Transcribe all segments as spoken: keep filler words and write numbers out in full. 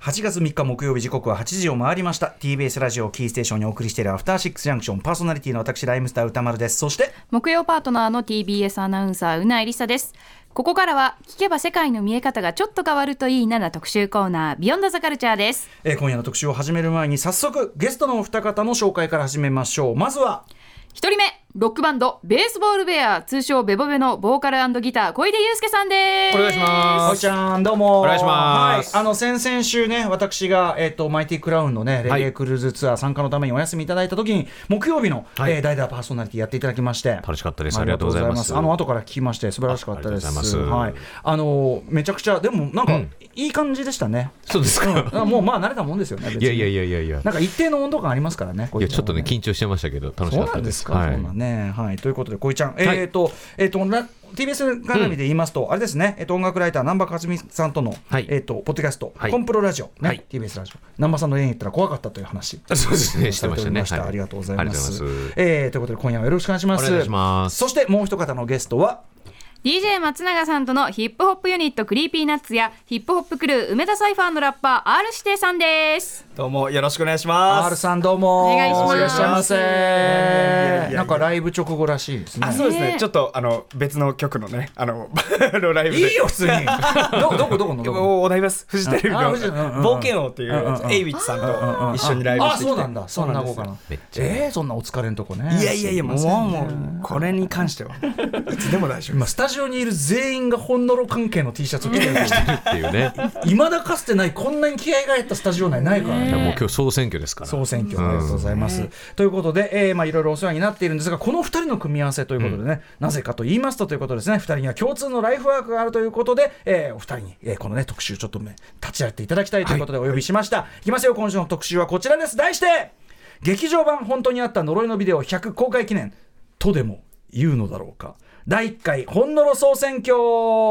はちがつみっか木曜日、時刻ははちじを回りました。 ティービーエス ラジオキーステーションにお送りしているアフターシックスジャンクション、パーソナリティの私ライムスター歌丸です。そして木曜パートナーの ティービーエス アナウンサーうないりさです。ここからは聞けば世界の見え方がちょっと変わるといいなな特集コーナー、ビヨンドザカルチャーです。 えー、今夜の特集を始める前に早速ゲストのお二方の紹介から始めましょう。まずはひとりめ、ロックバンドベースボールベア、通称ベボベのボーカル&ギター小出祐介さんです。 お願いします。 小出ちゃんどうもお願いします。 はい、あの先々週ね、私が、えー、とマイティクラウンのねレゲエクルーズツアー参加のためにお休みいただいた時に、木曜日の、 はい、 えー、代打パーソナリティやっていただきまして楽しかったです。ありがとうございます。 あの後から聞きまして素晴らしかったです。 ありがとうございます。 はい、あのめちゃくちゃでもなんか、うん、いい感じでしたね。 そうですか、 うん、もうまあ慣れたもんですよね。別にいやいやいやいやいや、 なんか一定の温度感ありますからね。 いやちょっとね緊張してましたけど楽しかったです。 そうなんですか、 はい、 そんなね、はい、ということで小井ちゃん、えっ、 はいー、とえっ、ー、とティービーエス 絡みで言いますと、うん、あれですね、えっ、ー、と音楽ライター南波克美さんとの、はい、えっ、ー、とポッドキャスト、はい、コンプロラジオね、はい、ティービーエス ラジオ、南波さんの家に行ったら怖かったという話、 そうですね、してましたね。 はい、ありがとうございます。 ありがとうございます。 えー、ということで今夜はよろしくお願いします。 お願いします。 そしてもう一方のゲストはディージェー 松永さんとのヒップホップユニットクリーピーナッツやヒップホップクルー梅田サイファーのラッパー R 指定さんです。 どうもよろしくお願いします。 R さんどうもお願いします。 いらっしゃいませ。いやいやいやいや、なんかライブ直後らしいですね。 あ、そうですね、ちょっとあの別の曲のね、あのライブでいいよ普通にど, どこどこのどこお台場フジテレビの冒険王っていうエイビッチさんと一緒にライブしてきて。 あ、そうなんだ。そんな豪華な。えー、そんなお疲れんとこね。 いやいやいや、もうもうこれに関してはいつでも大丈夫。 今スタジオにいる全員がほんのろ関係の T シャツを着てるっていうね。 未だかつてないこんなに気合が入ったスタジオ内ないからね。 もう今日総選挙ですから。 総選挙、ありがとうございます。ということで、えー、まあいろいろお世話になっているんですが、このふたりの組み合わせということでね、うん、なぜかと言いますとということですね、ふたりには共通のライフワークがあるということで、えー、おふたりに、えー、このね特集ちょっと、ね、立ち会っていただきたいということでお呼びしました。はい、いきますよ、今週の特集はこちらです。題して劇場版本当にあった呪いのビデオひゃく公開記念とでも言うのだろうか、だいいっかいほんのろ総選挙。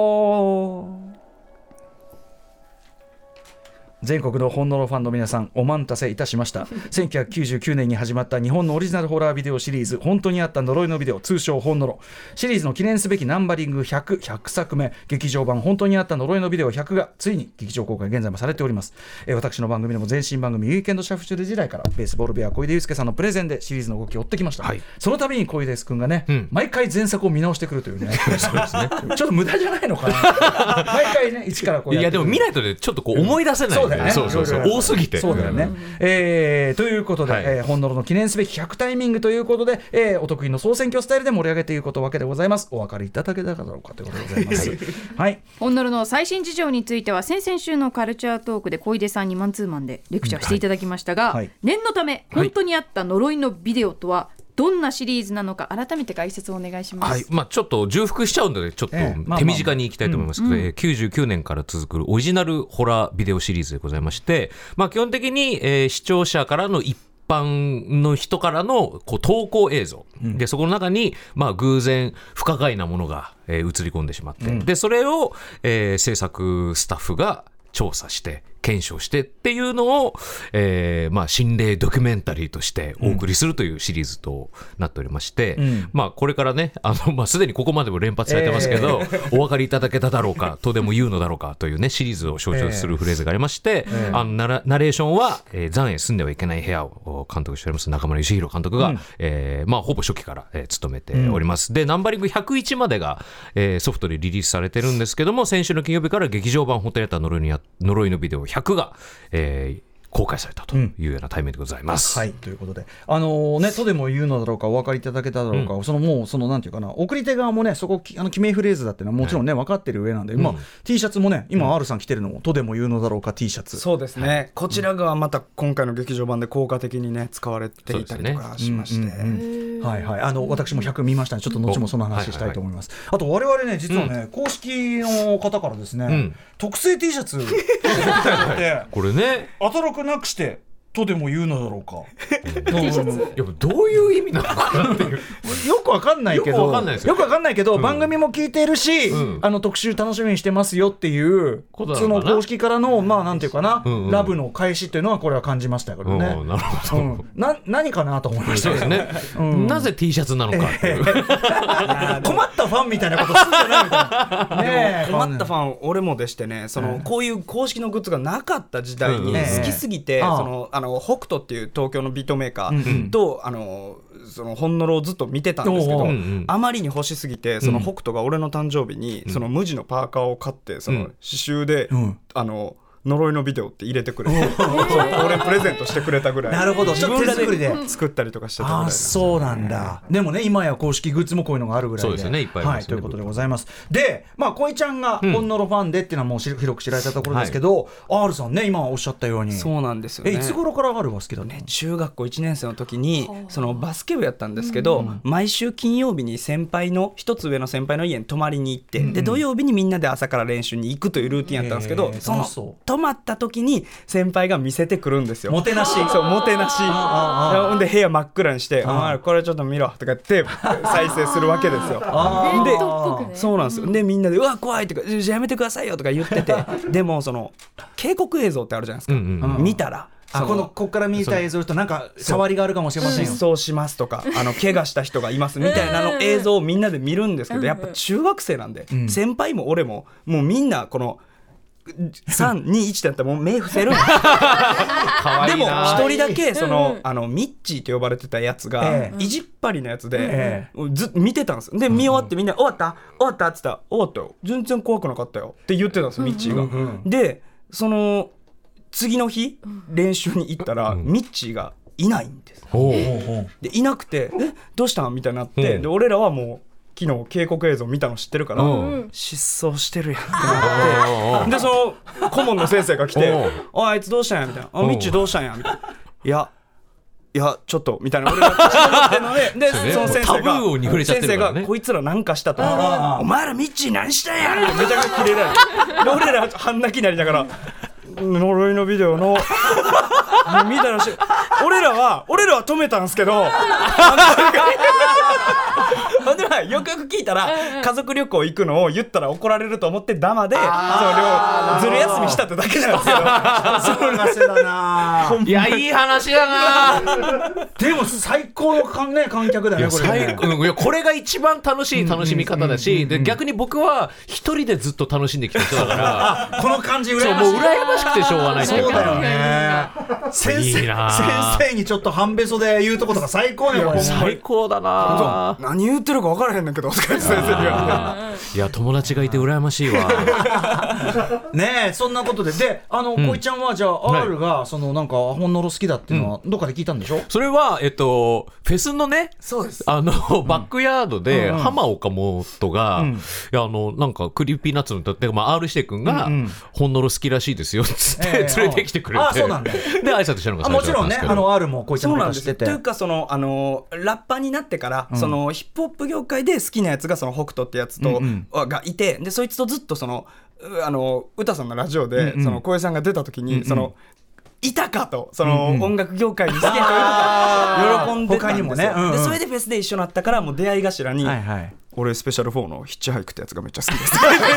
全国のほんのろファンの皆さんお待たせいたしました。せんきゅうひゃくきゅうじゅうきゅうねんに始まった日本のオリジナルホラービデオシリーズ、本当にあった呪いのビデオ、通称ほんのろシリーズの記念すべきナンバリングひゃく、ひゃくさくめ、劇場版本当にあった呪いのビデオひゃくがついに劇場公開、現在もされております。えー、私の番組でも前身番組ウィーケンドシャッフル時代からベースボールベア小出祐介さんのプレゼンでシリーズの動きを追ってきました。はい、その度に小出君がね、うん、毎回前作を見直してくるというねそうですねちょっと無駄じゃないのかな毎回ね一からこうやって、 いやでも見ないとねちょっとこう思い出せない、ね、 そうだよね。 そうそうそう、多すぎて。 そうだよね。うん、えー、ということで、はい、えー、ほんのろの記念すべきひゃくタイミングということで、えー、お得意の総選挙スタイルで盛り上げていくことわけでございます。お分かりいただけただろうかということでございます。はい。 ほんのろの最新事情については先々週のカルチャートークで小出さんにマンツーマンでレクチャーしていただきましたが、はい、念のため本当にあった呪いのビデオとはどんなシリーズなのか改めて解説をお願いします。 はい、まあ、ちょっと重複しちゃうのでちょっと手短にいきたいと思いますけど、えーまあまあまあ、きゅうじゅうきゅうねんから続くオリジナルホラービデオシリーズでございまして、まあ、基本的に、えー、視聴者からの一般の人からのこう投稿映像、うん、でそこの中に、まあ、偶然不可解なものが、えー、映り込んでしまって、うん、でそれを、えー、制作スタッフが調査して検証してっていうのを、えーまあ、心霊ドキュメンタリーとしてお送りするというシリーズとなっておりまして、うん、まあ、これからねあの、まあ、すでにここまでも連発されてますけど、えー、お分かりいただけただろうかとでも言うのだろうかという、ね、シリーズを象徴するフレーズがありまして、えー、あの ナ, ナレーションは、えー、残影住んではいけない部屋を監督しております中村義弘監督が、うん、えーまあ、ほぼ初期から、えー、務めております。うん、でナンバリングひゃくいちまでが、えー、ソフトでリリースされてるんですけども、先週の金曜日から劇場版本当にあった呪いの、呪いのビデオひゃくが、えー公開されたというようなタイミングでございます。 うん、はい、ということで、あのー、ね、とでも言うのだろうかお分かりいただけただろうか、うん、そのもうそのなんていうかな、送り手側もねそこあの決めフレーズだっていうのはもちろんね、はい、分かってる上なんで、まあ、うん、T シャツもね今 R さん着てるのもとでも言うのだろうか T シャツ。 そうですね、はい、こちらがまた今回の劇場版で効果的にね使われていたりとかしまして、 はいはい、あの私もひゃく見ましたね。ちょっと後もその話したいと思います。はいはいはい、あと我々ね実はね、うん、公式の方からですね、うん、特製 T シャツこれねアトロクなくしてとでも言うのだろうかいやどういう意味なのかなっていうよくわかんないけどよくわかんないですよよくわかんないけど、うん、番組も聞いているし、うん、あの特集楽しみにしてますよっていうその公式からのまあなんていうかな、うんうん、ラブの開始っていうのはこれは感じましたけどね、 うん、なるほど、うん、 な何かなと思いましたそうですね、うん、なぜ T シャツなのかっていう、えー、困ったファンみたいなことするんじゃないみたいな、ね、 困ったファン俺もでしてねその、えー、こういう公式のグッズがなかった時代に好きすぎて、えー、そのあの北斗っていう東京のビートメーカーと、うんうん、あのその本のろをずっと見てたんですけど、うんうん、あまりに欲しすぎてその北斗が俺の誕生日に、うん、その無地のパーカーを買ってその刺繍で、うん、あの呪いのビデオって入れてくれて俺プレゼントしてくれたぐらいなるほど、ちょっと手作りで作ったりとかしてたぐらい、 あそうなんだ。でもね今や公式グッズもこういうのがあるぐらいで、 そうですねいっぱいありますね、はい、 ということでございます。でまあこいちゃんが本のろファンでっていうのはもう広く知られたところですけど、はい、R さんね今おっしゃったようにそうなんですよね。 えいつ頃から R が好きだったの？ ね、中学校いちねん生の時にそのバスケ部やったんですけど、うん、毎週金曜日に先輩の一つ上の先輩の家に泊まりに行って、うん、で土曜日にみんなで朝から練習に行くというルーティンやったんですけど、その泊まった時に先輩が見せてくるんですよ。 もてなしそうもてなしほんで部屋真っ暗にしてお前これちょっと見ろとか言って再生するわけですよ。でそうなんですよ。でみんなでうわ怖いとかじゃあやめてくださいよとか言っててでもその警告映像ってあるじゃないですか、うんうんうん、見たらあこのここから見た映像となんか触りがあるかもしれませんよ。 失踪しますとかあの怪我した人がいますみたいなの映像をみんなで見るんですけどやっぱ中学生なんで、うん、先輩も俺ももうみんなこのさんにいちってなったらもう目伏せるんですでも一人だけそのあのミッチーと呼ばれてたやつが、ええ、意地っ張りなやつで、ええ、ずっと見てたんですで見終わってみんな終わった終わったって言ったら終わったよ全然怖くなかったよって言ってたんですよミッチーが、うんうん、でその次の日練習に行ったら、うん、ミッチーがいないんです、うん、でいなくてえどうしたんみたいになって、うん、で俺らはもう昨日警告映像見たの知ってるから、うん、失踪してるやんってなってでその顧問の先生が来ておいあいつどうしたんやみたいなあミッチーどうしたんやみたいないやいやちょっとみたいな俺が立ち上がってるのででその先生が先生がこいつらなんかしたとお前らミッチー何したんやってめちゃくちゃキレられるで俺ら半泣きになりながら呪いのビデオの見たらし俺らは俺らは止めたんですけどほんでよくよく聞いたら家族旅行行くのを言ったら怒られると思ってダマでそのずる休みしたってだけなんですけどそうなせだないやいい話だなでも最高の観、ね、観客だよねこれね。 最高いやこれが一番楽しい楽しみ方だし、で逆に僕は一人でずっと楽しんできた人だからこの感じ羨ましい。 そうもう羨ましくてしょうがないっていうか。 そうだよね先生、いいな先生にちょっと半べそで言うとことか最高ね。 最高だな何言ってるか分からへんねんけど先生には、 ね、いや友達がいて羨ましいわねえそんなことでであの、うん、こいちゃんはじゃあ R がそのなんか本のろ好きだっていうのはどっかで聞いたんでしょ、うん、 それはえっとフェスのねそうですあの、うん、バックヤードで、うん、浜岡本が、うん、いやあのなんかクリーピーナッツの歌って、まあ、R 指定君が、うんうん、本のろ好きらしいですよっつって、えー、連れてきてくれて、 ああそうなんだで挨拶したのが最初だったんですけど、 もちろんねあの R もこいちゃんも知っててというかそのあのラッパーになってから、うん、そのヒップホップ業界で好きなやつがその北斗ってやつと、うんうん、がいてでそいつとずっとそのあの歌さんのラジオで、うんうん、その小江さんが出た時に、うんうん、そのいたかとその、うんうん、音楽業界に好きな人いるか喜んでたんですよ、他にもね、うんうん、でそれでフェスで一緒になったからもう出会い頭に、はいはい、俺スペシャルフォーのヒッチハイクってやつがめっちゃ好きです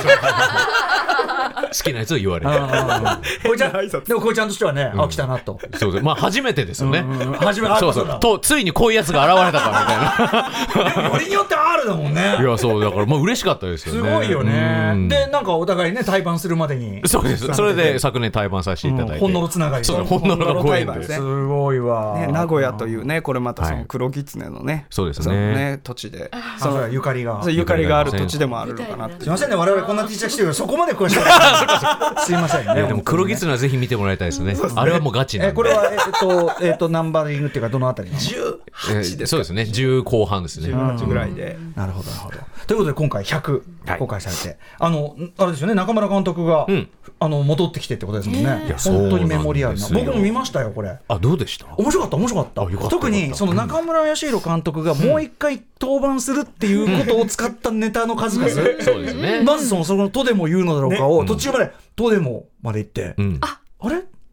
好きなやつを言われてこいちゃんでもこいちゃんとしてはね、うん、あ来たなとそうで、まあ、初めてですよね、うんうん、 初めてそうそうとついにこういうやつが現れたかみたいなよりによって R だもんね。 いやそうだからまあ嬉しかったですよね。 すごいよね、うん、でなんかお互いね対バンするまでにそうですそれで昨年対バンさせていただいて、うん、 本のろつながりそう本のろの公演ですすごいわ、 ね、名古屋というねこれまたその黒狐のね、はい、 そうです ね, ね土地でそのゆかりがゆかりがある土地でもあるのかなって。 すいませんね我々こんな T シャツしてるけどそこまで詳しくすいませんね。 でも黒狐はぜひ見てもらいたいですね。あれはもうガチなんで。 えこれはえっとえっとナンバリングっていうかどのあたりなの？ じゅうはちですか。 そうですねじゅう後半ですね。 じゅうはちぐらいで。 なるほどなるほど。ということで今回ひゃく公開されて、はい、あのあれですよね中村監督が、うん、あの戻ってきてってことですもんね。いや本当にメモリアルな。僕も見ましたよこれ。 あどうでした？ 面白かった面白かった。った特にその中村佳弘監督がもう一回登板するっていうことを使ったネタの数々。 そうですね。 まずそのそのとでも言うのだろうかを途中までとでもまで行って、うん、ああれって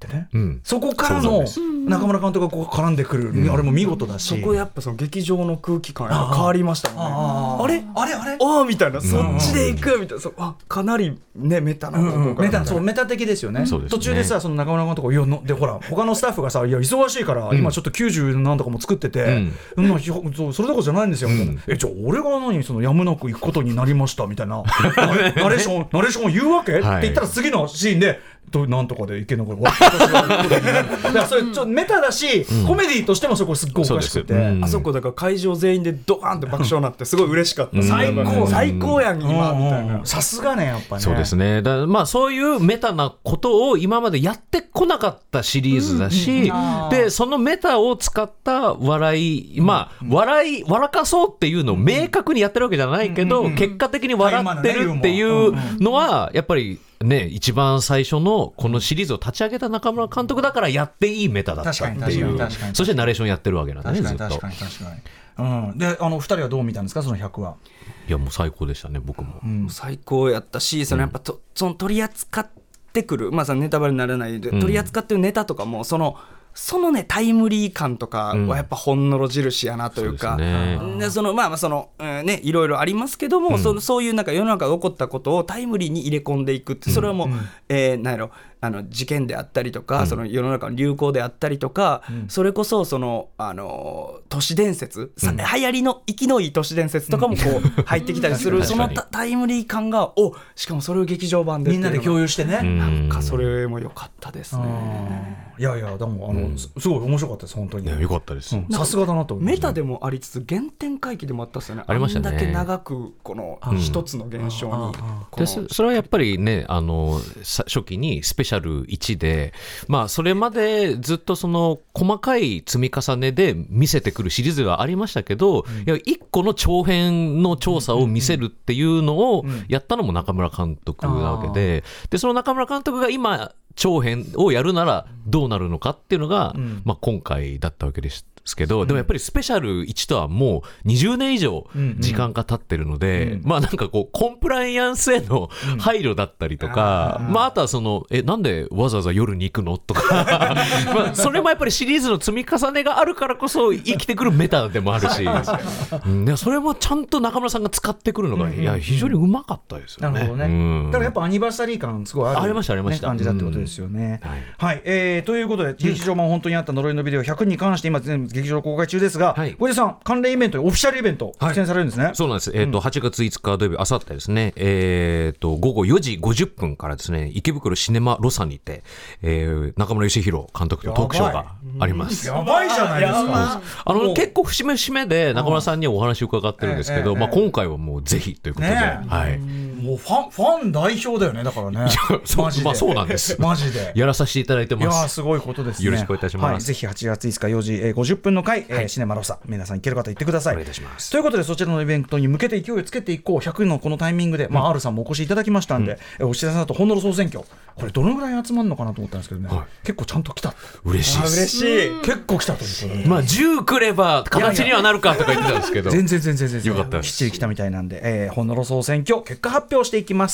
ってね、 うん、 そこからの中村監督がこう絡んでくる、うん、あれも見事だし、 そこやっぱその劇場の空気感やっぱ変わりましたもんね。あれあれあれああみたいな、そっちで行くみたいな、そあかなりねメタな、 うんうん、メタそうメタ的ですよね。 そうですね。 途中でさその中村監督いやのでほら他のスタッフがさいや忙しいから、うん、今ちょっときゅうじゅうなんとかも作ってて、うん、そ, それどころじゃないんですよ、うん、えじゃあ俺が何そのやむなく行くことになりましたみたいなナレーションナレーションを言うわけ、はい、って言ったら次のシーンでとなんとかでいけながらだからそれちょっとメタだし、うん、コメディとしてもそこすっごいおかしくて、うん、 あそこだから会場全員でドカーンって爆笑になってすごい嬉しかった、うん、最高最高やん今みたいな、 さすがねやっぱね。 そうですね。だまあそういうメタなことを今までやってこなかったシリーズだし、うんうん、でそのメタを使った笑い、まあ、うん、笑い笑かそうっていうのを明確にやってるわけじゃないけど、うんうん、結果的に笑ってるっていうのはやっぱりね、一番最初のこのシリーズを立ち上げた中村監督だからやっていいメタだったっていう、そしてナレーションやってるわけなんですね、ずっと。確かに確かに、うん、であのふたりはどう見たんですかそのひゃくは。 いやもう最高でしたね僕も、 うん、最高やったし、そのやっぱと、うん、その取り扱ってくる、まあ、そのネタバレにならないで、うん、取り扱ってるネタとかもそのそのねタイムリー感とかはやっぱほんのろ印やなというか、うん、そうですね。でそのまあまあその、うんね、いろいろありますけども、うん、そ, そういうなんか世の中で起こったことをタイムリーに入れ込んでいくって、それはもう、うん、えー、なんやろあの事件であったりとか、うん、その世の中の流行であったりとか、うん、それこそそのあの都市伝説、うん、流行りの生きのいい都市伝説とかもこう入ってきたりする、うん、そのタイムリー感がおしかもそれを劇場版でみんなで共有してね、 なんかそれも良かったですね。 いやいやでもあの、うん、すごい面白かったです本当に。 良かったです。 さすがだなと思います、ね、 メタでもありつつ原点回帰でもあったっすよね。 ありましたね。 あんだけ長くこの一つの現象に、 でそれはやっぱりねあの初期にスペシャルいちで、まあそれまでずっとその細かい積み重ねで見せてくるシリーズがありましたけど、うん、いや一個の長編の調査を見せるっていうのをやったのも中村監督なわけで、でその中村監督が今長編をやるならどうなるのかっていうのが、うん、まあ、今回だったわけですけど、でもやっぱりスペシャルいちとはもうにじゅうねん以上時間が経ってるので、うんうん、まあなんかこうコンプライアンスへの配慮だったりとか、うん、あまああとはそのえなんでわざわざ夜に行くのとかまあそれもやっぱりシリーズの積み重ねがあるからこそ生きてくるメタでもあるし、うん、でそれもちゃんと中村さんが使ってくるのが、うんうん、いや非常にうまかったですよね。 なるほどね、うん、だからやっぱアニバーサリー感すごいある、 ありましたありました、 ね、感じだってことですよね、うん、はい、はい、えー、ということで劇場版本当にあった呪いのビデオひゃくに関して今全部劇場公開中ですが、はい、小出さん関連イベントオフィシャルイベント出演されるんですね、はい、 そうなんです、えーとうん、はちがついつか土曜日あさってですね、えーとごごよじごじゅっぷんからですね池袋シネマロサにて、えー、中村義弘監督とトークショーがあります。 やばいじゃないですか。 あの結構節目節目で中村さんにはお話を伺ってるんですけど、まあ、今回はもうぜひということで、ね、はい、 もうファン、ファン代表だよねだからね。 マジで、まあ、そうなんですマジでやらさせていただいてます。 いやすごいことですね。 よろしくお願いいたします、 はい、ぜひはちがついつかよじごじゅっぷんの回、はい、えー、シネマロサ皆さん行ける方行ってください。 お願いいたします。 ということでそちらのイベントに向けて勢いをつけていこうひゃくのこのタイミングで、まあ、R さんもお越しいただきましたんで、うん、お知らせだと本能総選挙これどのぐらい集まるのかなと思ったんですけどね、はい、結構ちゃんと来た。 嬉しいです。 嬉しい。結構来たということで、 まあ、じゅう来れば形にはなるかとか言ってたんですけど全然全然全然よかったです。 きっちり来たみたいなんで、えー、本能総選挙結果発表していきます。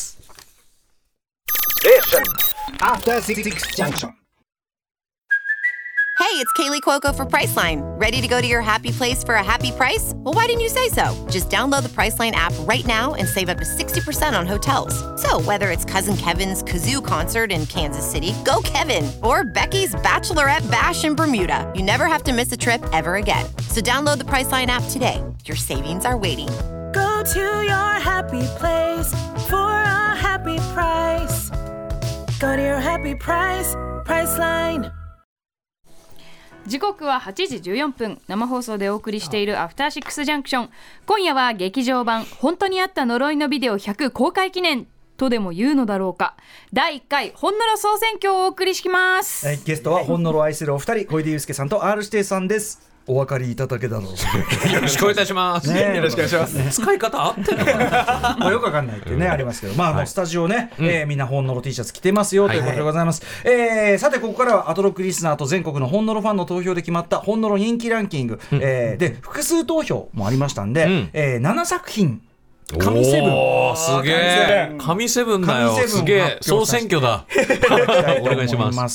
Hey, it's Kaylee Cuoco for Priceline. Ready to go to your happy place for a happy price? Well, why didn't you say so? Just download the Priceline app right now and save up to sixty percent on hotels. So whether it's Cousin Kevin's Kazoo Concert in Kansas City, go Kevin, or Becky's Bachelorette Bash in Bermuda, you never have to miss a trip ever again. So download the Priceline app today. Your savings are waiting. Go to your happy place for a happy price. Go to your happy price, Priceline. 時刻ははちじじゅうよんぷん、生放送でお送りしているアフターシックスジャンクション。今夜は劇場版本当にあった呪いのビデオひゃく公開記念とでも言うのだろうかだいいっかい本のろ総選挙をお送りします。 ゲストは本のろを愛するお二人小出祐介さんと R 指定さんです。お分かりいただけだろうよろしくお願いいたします、 ね、よろしくお願いします、 ね、使い方合ってるのかなまあよくわかんないってね、うん、ありますけど、まあ、はい、あのスタジオね、うん、えー、みんな本のろ T シャツ着てますよということでございます、はいはい、えー、さてここからはアトロックリスナーと全国の本のろファンの投票で決まった本のろ人気ランキング、うん、えー、で複数投票もありましたんで、うん、えー、ななさく品神セブンわすげえ神セブンだよ。すげえ総選挙だお願いします。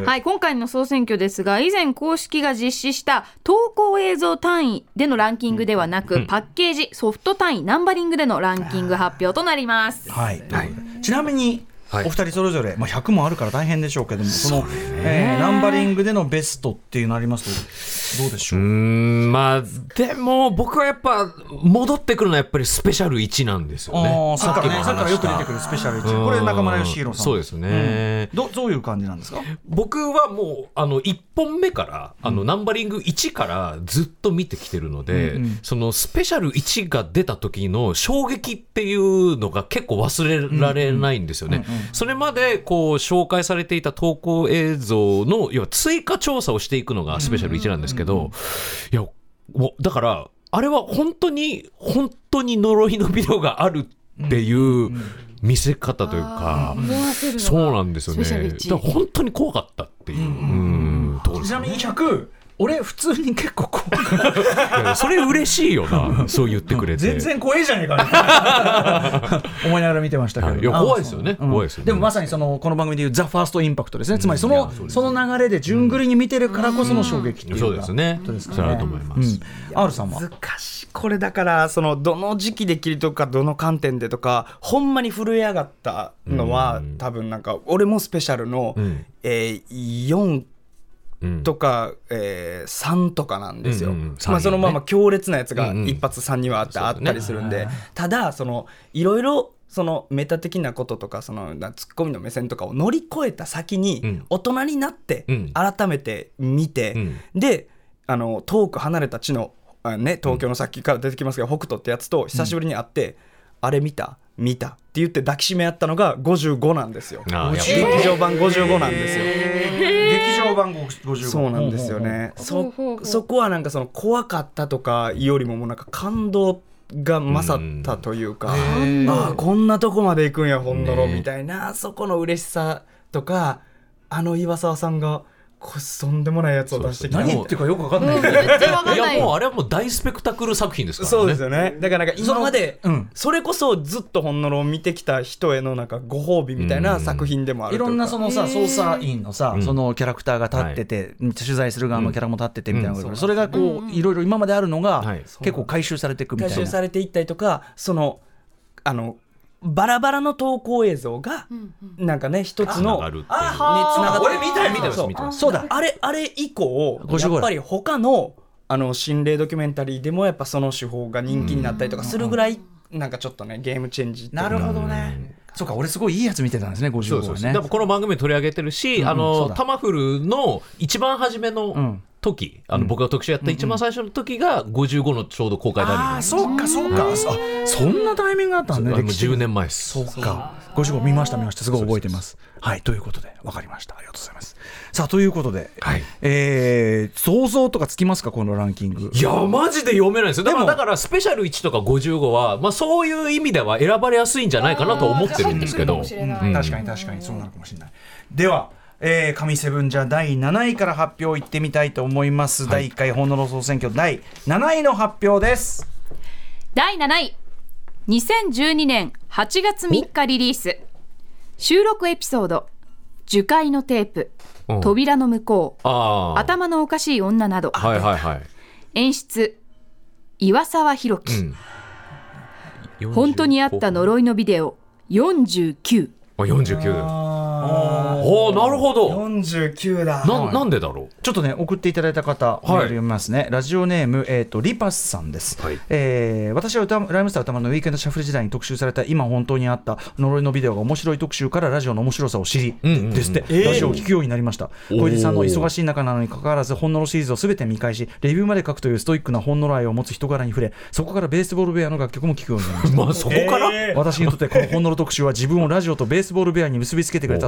はい、今回の総選挙ですが、以前公式が実施した投稿映像単位でのランキングではなく、うん、パッケージソフト単位ナンバリングでのランキング発表となります。 はい、はい、ちなみにお二人それぞれ、まあ、ひゃくもあるから大変でしょうけども、その、えー、ナンバリングでのベストっていうのありますとどうでしょう。うーん、まあでも僕はやっぱ戻ってくるのはやっぱりスペシャルいちなんですよね。 あさっきね、さっきからよく出てくるスペシャルいち、これ中村義弘さん。 そうですね、 うん、ど, どういう感じなんですか。 僕はもうあのいっぽんめからあのナンバリングいちからずっと見てきてるので、うんうん、そのスペシャルいちが出た時の衝撃っていうのが結構忘れられないんですよね。それまでこう紹介されていた投稿映像の要は追加調査をしていくのがスペシャルいちなんですけど、いやだからあれは本当に本当に呪いのビデオがあるっていう見せ方というか、そうなんですよね。だから本当に怖かったっていう、うんうんうん、ちなみにひゃく俺普通に結構怖いやそれ嬉しいよなそう言ってくれて、 全然怖いじゃねえか思いながら見てましたけど、 いや怖いですよね、うん、怖いですよね。 でもまさにそのこの番組でいうザ・ファーストインパクトですね、つまりその、うん、その流れで順繰りに見てるからこその衝撃っていうか、 そうですね、それあると思います。 R さんは難しいこれだから、そのどの時期で切りとかどの観点でとかほんまに震え上がったのは、うん、多分なんか俺もスペシャルの、うんえー、よんとか、うんえー、さんとかなんですよ、うんうんまあ、そのまま強烈なやつが一発さんにはあって、うんうん、あったりするんで、ね、ただそのいろいろそのメタ的なこととかそのツッコミの目線とかを乗り越えた先に、うん、大人になって改めて見て、うん、であの遠く離れた地の、ね、東京のさっきから出てきますが、うん、北斗ってやつと久しぶりに会って、うん、あれ見た見たって言って抱きしめ合ったのがごじゅうごなんですよ。劇場版ごじゅうごなんですよ。 劇場版ごじゅうご。 そうなんですよね。そ, そこはなんかその怖かったとかよりももうなんか感動が勝ったというか、うんああこんなとこまで行くんやほんのろみたいな、そこの嬉しさとか、あの岩沢さんがこれとんでもないやつを出してきた。 何言ってるかよく分かんない、うん、 いやもうあれはもう大スペクタクル作品ですからね。 そうですよね。だからなんか今まで そ,、うん、それこそずっとほんのろを見てきた人へのなんかご褒美みたいな作品でもあるというか、 いろんなそのさ捜査員のさ、そのキャラクターが立ってて、うん、取材する側のキャラも立っててみたいな、うん、それがこういろいろ今まであるのが、はい、結構回収されていくみたいな、 回収されていったりとか、そのあのバラバラの投稿映像がなんかね一つのにつながって、 俺見たい見たいそう、そうだ、あれあれ以降やっぱり他のあの心霊ドキュメンタリーでもやっぱその手法が人気になったりとかするぐらいなんかちょっとねゲームチェンジ。 なるほどね。そうか、俺すごいいいやつ見てたんですね、ごじゅうごはね。そうそうそう、 でもこの番組取り上げてるし、うん、あのタマフルの一番初めの時、うん、あの僕が特集やった一番最初の時がごじゅうごのちょうど公開タイミング。 ああそうかそうか、うん、あそんなタイミングがあったんね。 じゅうねんまえです。 そうか、ごじゅうご見ました見ました、すごい覚えてます。はい、ということで分かりました、ありがとうございます。さあということで、はい、えー、想像とかつきますか、このランキング。 いやマジで読めないですよ。だからだからスペシャルいちとかごじゅうごは、まあ、そういう意味では選ばれやすいんじゃないかなと思ってるんですけど、うん、 確かに確かにそうなのかもしれない。ではえー、神セブンじゃだいなないから発表いってみたいと思います、はい、だいいっかいほんのろ総選挙だいなないの発表です。 だいなない、にせんじゅうにねんはちがつみっかリリース、収録エピソード樹海のテープ、扉の向こう、頭のおかしい女など、 はいはいはい、 演出岩沢弘樹、うん、本当にあった呪いのビデオよんじゅうきゅう。 あよんじゅうきゅう、ああなるほど、 よんじゅうきゅうだ。 な, なんでだろう。 ちょっとね送っていただいた方、はい、メール読みますね。ラジオネーム、えー、とリパスさんです、はい、えー、私は歌ライムスター歌丸のウィークエンドシャッフル時代に特集された今本当にあった呪いのビデオが面白い特集からラジオの面白さを知り、うんうんうん、ですって、えー、ラジオを聞くようになりました。小出さんの忙しい中なのにかかわらず本のろシリーズをすべて見返しレビューまで書くというストイックな本のろ愛を持つ人柄に触れ、そこからベースボールベアの楽曲も聞くようになりました。 まあそこから、 えー、私にとってこの本のろ特集は自分をラジオとベースボールベアに結びつけてくれた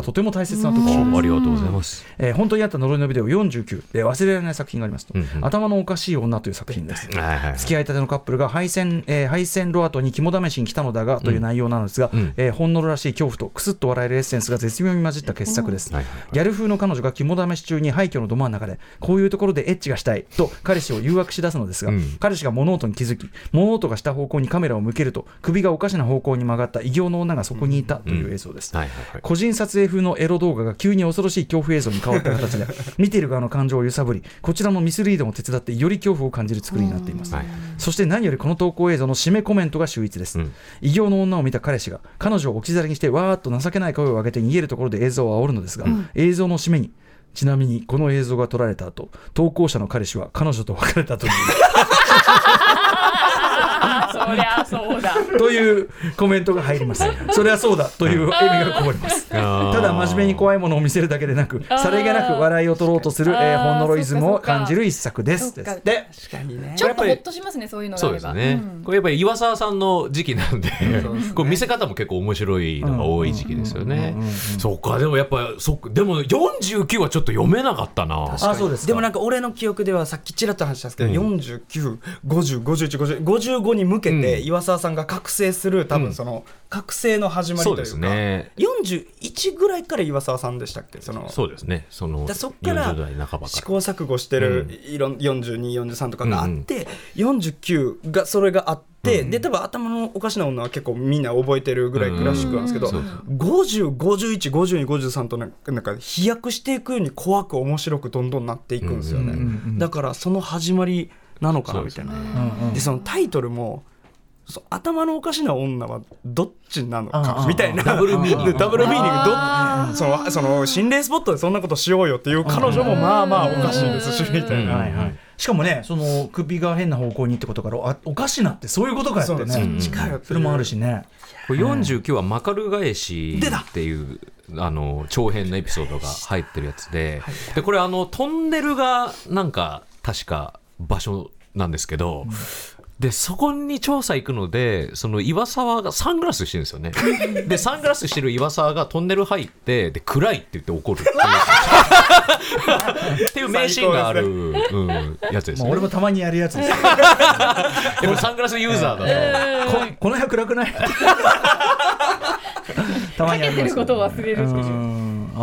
とても大切な特集です。 ありがとうございます。 えー、本当にあった呪いのビデオよんじゅうきゅうで忘れられない作品がありますと、うんうん、頭のおかしい女という作品です。はいはいはい、付き合いたてのカップルが配線、えー、配線ロアトに肝試しに来たのだがという内容なんですが、うん、えー、ほんのろらしい恐怖とクスッと笑えるエッセンスが絶妙に混じった傑作です。うん、はいはいはい、ギャル風の彼女が肝試し中に廃墟のど真ん中でこういうところでエッチがしたいと彼氏を誘惑し出すのですが、うん、彼氏が物音に気づき物音がした方向にカメラを向けると首がおかしな方向に曲がった異形の女がそこにいたという映像です。個人撮影風のエロ動画が急に恐ろしい恐怖映像に変わった形で見ている側の感情を揺さぶりこちらもミスリードも手伝ってより恐怖を感じる作りになっています。そして何よりこの投稿映像の締めコメントが秀逸です。うん、異形の女を見た彼氏が彼女を置き去りにしてわーっと情けない声を上げて逃げるところで映像を煽るのですが、うん、映像の締めにちなみにこの映像が撮られた後投稿者の彼氏は彼女と別れたというそりゃそうだというコメントが入ります。そりゃそうだという笑みがこぼれます。ただ真面目に怖いものを見せるだけでなくさりげなく笑いを取ろうとする、えー、ほんのろイズムを感じる一作です。で確かにね、ちょっとホッとしますねそういうのがあれば。 そうですね、うん、これやっぱり岩沢さんの時期なんで、うん、こう見せ方も結構面白いのが多い時期ですよね。そうか、でもやっぱそっか、でもよんじゅうきゅうはちょっと読めなかったな。 あ、そうですか。でもなんか俺の記憶ではさっきちらっと話したんですけど、うん、よんじゅうきゅう、ごじゅう、ごじゅういち、ごじゅう、ごじゅうごに向けて岩沢さんが覚醒する多分その覚醒の始まりというか、うん、そうですね、よんじゅういちぐらいから岩沢さんでしたっけ。そのそうですね、そのだそっから試行錯誤してる、うん、よんじゅうに、よんじゅうさんとかがあって、うん、よんじゅうきゅうがそれがあって、うん、で多分頭のおかしな女は結構みんな覚えてるぐらいクラシックなんですけど、うん、ごじゅう、ごじゅういち、ごじゅうに、ごじゅうさんとなんか、なんか飛躍していくように怖く面白くどんどんなっていくんですよね、うんうんうん、だからその始まりなのかなみたいな。 で, でそのタイトルもそ頭のおかしな女はどっちなのかみたいなダブルミーニングダブルミーニングどそのその心霊スポットでそんなことしようよっていう彼女もまあまあおかしいですしみたいな、はいはい、 しかもねその首が変な方向にってことからあおかしなってそういうことかやってね、うん、それもあるしね。 これよんじゅうきゅうはまかる返しっていうあの長編のエピソードが入ってるやつで、でこれあのトンネルがなんか確か場所なんですけど、うん、でそこに調査行くのでその岩沢がサングラスしてるんですよね。でサングラスしてる岩沢がトンネル入ってで暗いって言って怒るっていうっていう名シーンがある、うん、やつですね。 俺もたまにやるやつですでもサングラスユーザーだと、えー、こ, この部屋暗くないたまにやります。かけてることを忘れるっていう。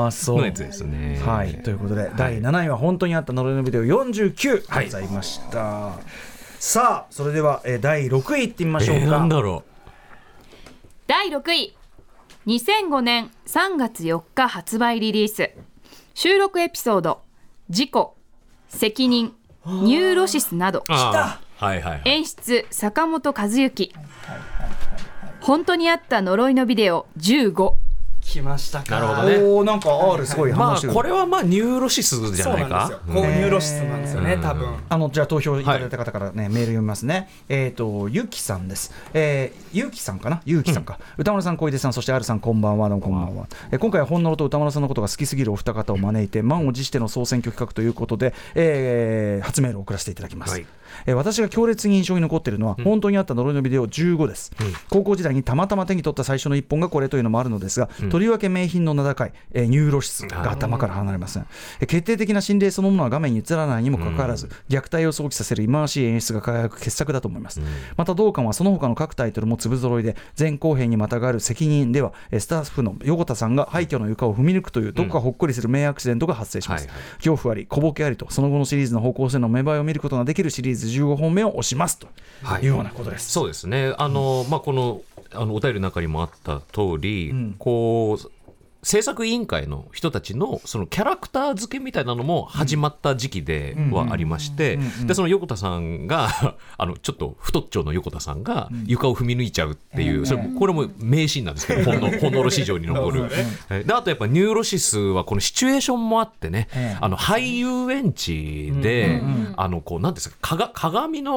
あ、そう。 のやつですね。 はい。ということで、はい、だいなないは本当にあった呪いのビデオよんじゅうきゅうございました。はい、さあ、それでは、えー、だいろくいいってみましょうか。えー、 なんだろう。 だいろくい、にせんごねんさんがつよっか発売リリース。収録エピソード、事故、責任、ニューロシスなど。 来た。はいはいはい、 演出、坂本和之。本当にあった呪いのビデオじゅうご。 来ましたか。 なるほどね。 おなんか R すごい話してる、 まあ、これはまあニューロシスじゃないか。 そうなんですよ、こうニューロシスなんですよね、多分。 あのじゃあ投票いただいた方からね、はい、メール読みますね。えっ、ー、とゆきさんです、えー、ゆきさんかな、ゆきさんか、うん、歌丸さん、小出さん、そして R さん、こんばんは。どうもこんばんは。えー、今回は本物と歌丸さんのことが好きすぎるお二方を招いて満を持しての総選挙企画ということで、えー、初メールを送らせていただきます。はい、えー、私が強烈に印象に残っているのは、うん、本当にあった呪いのビデオじゅうごです。うん、高校時代にたまたま手に取った最初の一本がこれというのもあるのですが、うん、とりわけ名品の名高い、えー、ニューロシスが頭から離れません。えー、決定的な心霊そのものは画面に映らないにもかかわらず、うん、虐待を想起させる忌まわしい演出が輝く傑作だと思います。うん、また同館はその他の各タイトルも粒揃いで、前後編にまたがる責任ではスタッフの横田さんが廃墟の床を踏み抜くというどこかほっこりする名アクシデントが発生します。うん、はいはい、恐怖あり小ボケありとその後のシリーズの方向性の芽生えを見ることができるシリーズじゅうごほんめを推しますというようなことです。 はい、そうですね。あの、まあ、このあのお便りの中にもあった通り、うん、こう制作委員会の人たちのそのキャラクター付けみたいなのも始まった時期ではありまして、でその横田さんがあのちょっと太っちょの横田さんが床を踏み抜いちゃうっていう、それこれも名シーンなんですけど、ほんのほんのろ史上に残る。であとやっぱニューロシスはこのシチュエーションもあってね、あの俳優園地で、あのこうなんですか、鏡の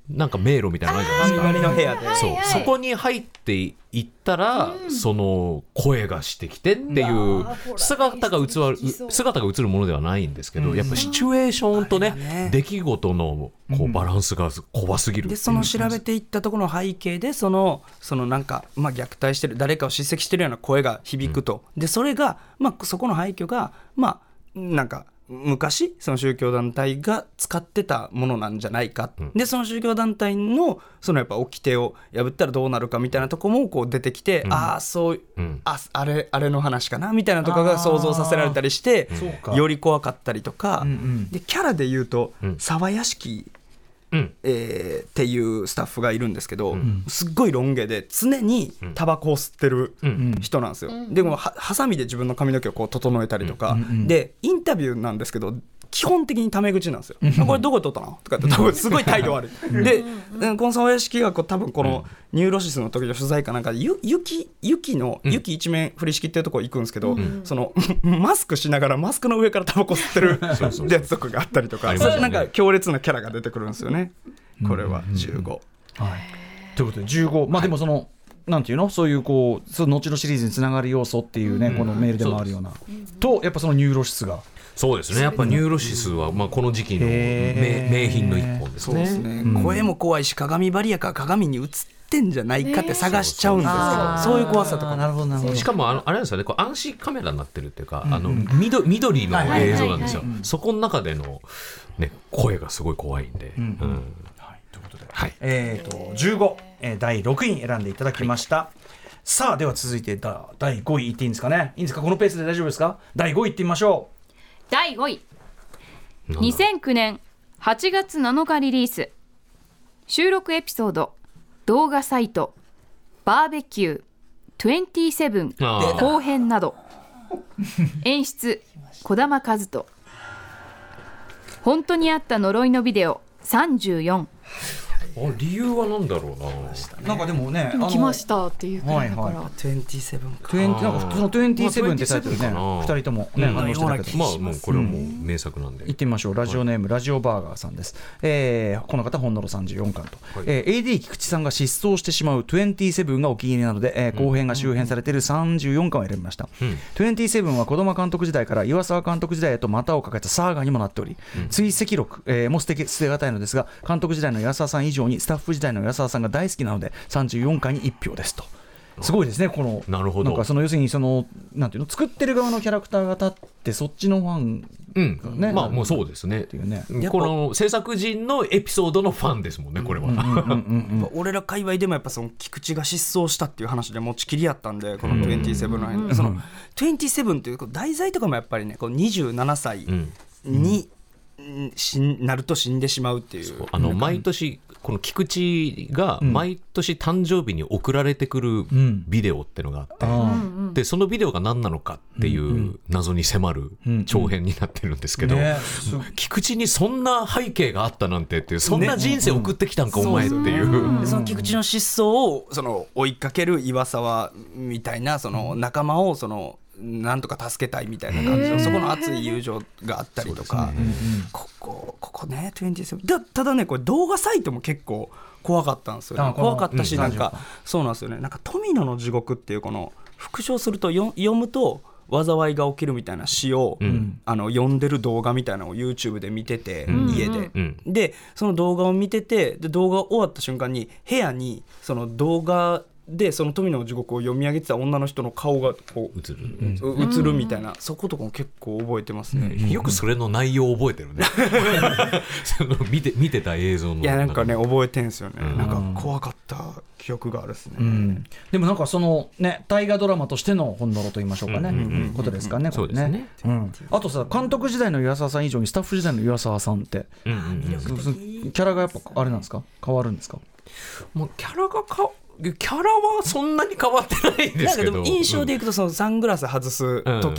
なんか迷路みたいなのあるじゃないですか。 網の部屋で、 そう、はいはい、そこに入っていったら、うん、その声がしてきてっていう姿が映る姿が映るものではないんですけど、うん、やっぱシチュエーションと ね, ね出来事のこうバランスが怖すぎる、うん、 でその調べていったところの背景でそのそのなんか、まあ、虐待してる誰かを叱責してるような声が響くと、うん、でそれが、まあ、そこの背景がまあなんか昔その宗教団体が使ってたものなんじゃないか、うん、でその宗教団体のそのやっぱ掟を破ったらどうなるかみたいなとこもこう出てきて、うん、ああそう、うん、ああれあれの話かなみたいなとかが想像させられたりして、より怖かったりとか、うんうん、でキャラで言うと、うん、沢屋敷うんえー、っていうスタッフがいるんですけど、うん、すっごいロン毛で常にタバコを吸ってる人なんですよ、うん、でもはハサミで自分の髪の毛をこう整えたりとか、うん、でインタビューなんですけど基本的にタメ口なんですよ、うん、これどこで撮ったのとかって多分すごい態度悪いでこの沢屋敷がこう多分このニューロシスの時の取材かなんかで雪, 雪の雪一面降りしきってるとこ行くんですけど、うん、そのマスクしながらマスクの上からタバコ吸ってるやつとかがあったりとか、それなんか強烈なキャラが出てくるんですよね。これはじゅうご、 うんはい、ということでじゅうご、まあでもその、はい、なんていうのそういうこうその後のシリーズにつながる要素っていうね、うん、このメールでもあるような、うん、とやっぱそのニューロシスがそうですね、やっぱニューロシスはまあこの時期の名品の一本ですね。そうですね、 うん、声も怖いし鏡張りやから鏡に映ってんじゃないかって探しちゃうんですけど、そういう怖さとか。 なるほどなるほど。 しかもあのあれなんですよね、こう暗視カメラになってるっていうか、うんうん、あの 緑, 緑の映像なんですよ、はいはいはいはい、そこの中での、ね、声がすごい怖いんで、うんうんうん、 はい、ということで、はいえー、とじゅうご、えー、だいろくいに選んでいただきました、はい、さあでは続いてだだいごいいっていいんですかね。いいんですか、このペースで大丈夫ですか。だいごいいってみましょう。 だいごい、にせんきゅうねんはちがつなのかリリース、収録エピソード、動画サイト、バーベキューにじゅうなな後編など、演出児玉一人、本当にあった呪いのビデオさんじゅうよん。 あ理由は何だろうな。 なんかでもね、 でも来ましたっていうくらいだから、はいはい、 にじゅうななかなんかそのにじゅうななってタイトルね、ふたりともね、うん、反応してたけど、 まあもうこれはもう名作なんで、 うん、行ってみましょう。ラジオネーム、はい、ラジオバーガーさんです、えー、この方本のさんじゅうよんかんと、はいえー、エーディー 菊池さんが失踪してしまうにじゅうなながお気に入りなので、えー、後編が周辺されているさんじゅうよんかんを選びました、うん、にじゅうななは児玉監督時代から岩沢監督時代へと股をかけたサーガにもなっており、うん、追跡録、えー、も捨て捨てがたいのですが、監督時代の岩沢さん以上にスタッフ時代の岩沢さんが大好きなのでさんじゅうよんかいにいっぴょうですと。すごいですね、このなるほど。 なんかその要するにそのなんていうの、作ってる側のキャラクターが立ってそっちのファンがね、 うん、まあもうそうですね。っていうね、この制作陣のエピソードのファンですもんね、これは。 俺ら界隈でもやっぱその菊池が失踪したっていう話で持ちきりやったんで、このにじゅうななの辺、うん、そのにじゅうななっていう題材とかもやっぱりね、こうにじゅうななさいに、うんしなると死んでしまうっていう、 あの毎年この菊池が毎年誕生日に送られてくるビデオってのがあって、うん、でそのビデオが何なのかっていう謎に迫る長編になってるんですけど、うんうんね、菊池にそんな背景があったなんてっていう、そんな人生送ってきたんか、ね、お前っていう、 でその菊池の失踪をその追いかける岩沢みたいなその仲間をそのなんとか助けたいみたいな感じの、そこの熱い友情があったりとか、ね、ここここねにじゅうななだただね、これ動画サイトも結構怖かったんですよね。怖かったし、うん、なんかそうなんですよね。なんか富野の地獄っていうこの復唱するとよ読むと災いが起きるみたいな詩を、うん、あの読んでる動画みたいなのを YouTube で見てて、うん、家で、うん、でその動画を見てて、で動画終わった瞬間に部屋にその動画でその富野の地獄を読み上げてた女の人の顔がこう映る、うん、映るみたいな、そことかも結構覚えてますね、 うん、よくそれの内容を覚えてるねその見て、見てた映像の、 いやなんかね覚えてんすよね、うん、なんか怖かった記憶があるっすね、うん、 でもなんかそのね大河ドラマとしての本のろと言いましょうかね、うんうんうん、ことですかね、これね、そうですね、うん、あとさ監督時代の岩沢さん以上にスタッフ時代の岩沢さんって、うんうんうん、キャラがやっぱあれなんですか、変わるんですか。 もうキャラがかキャラはそんなに変わってないんですけど、 なんかでも印象でいくとそのサングラス外す時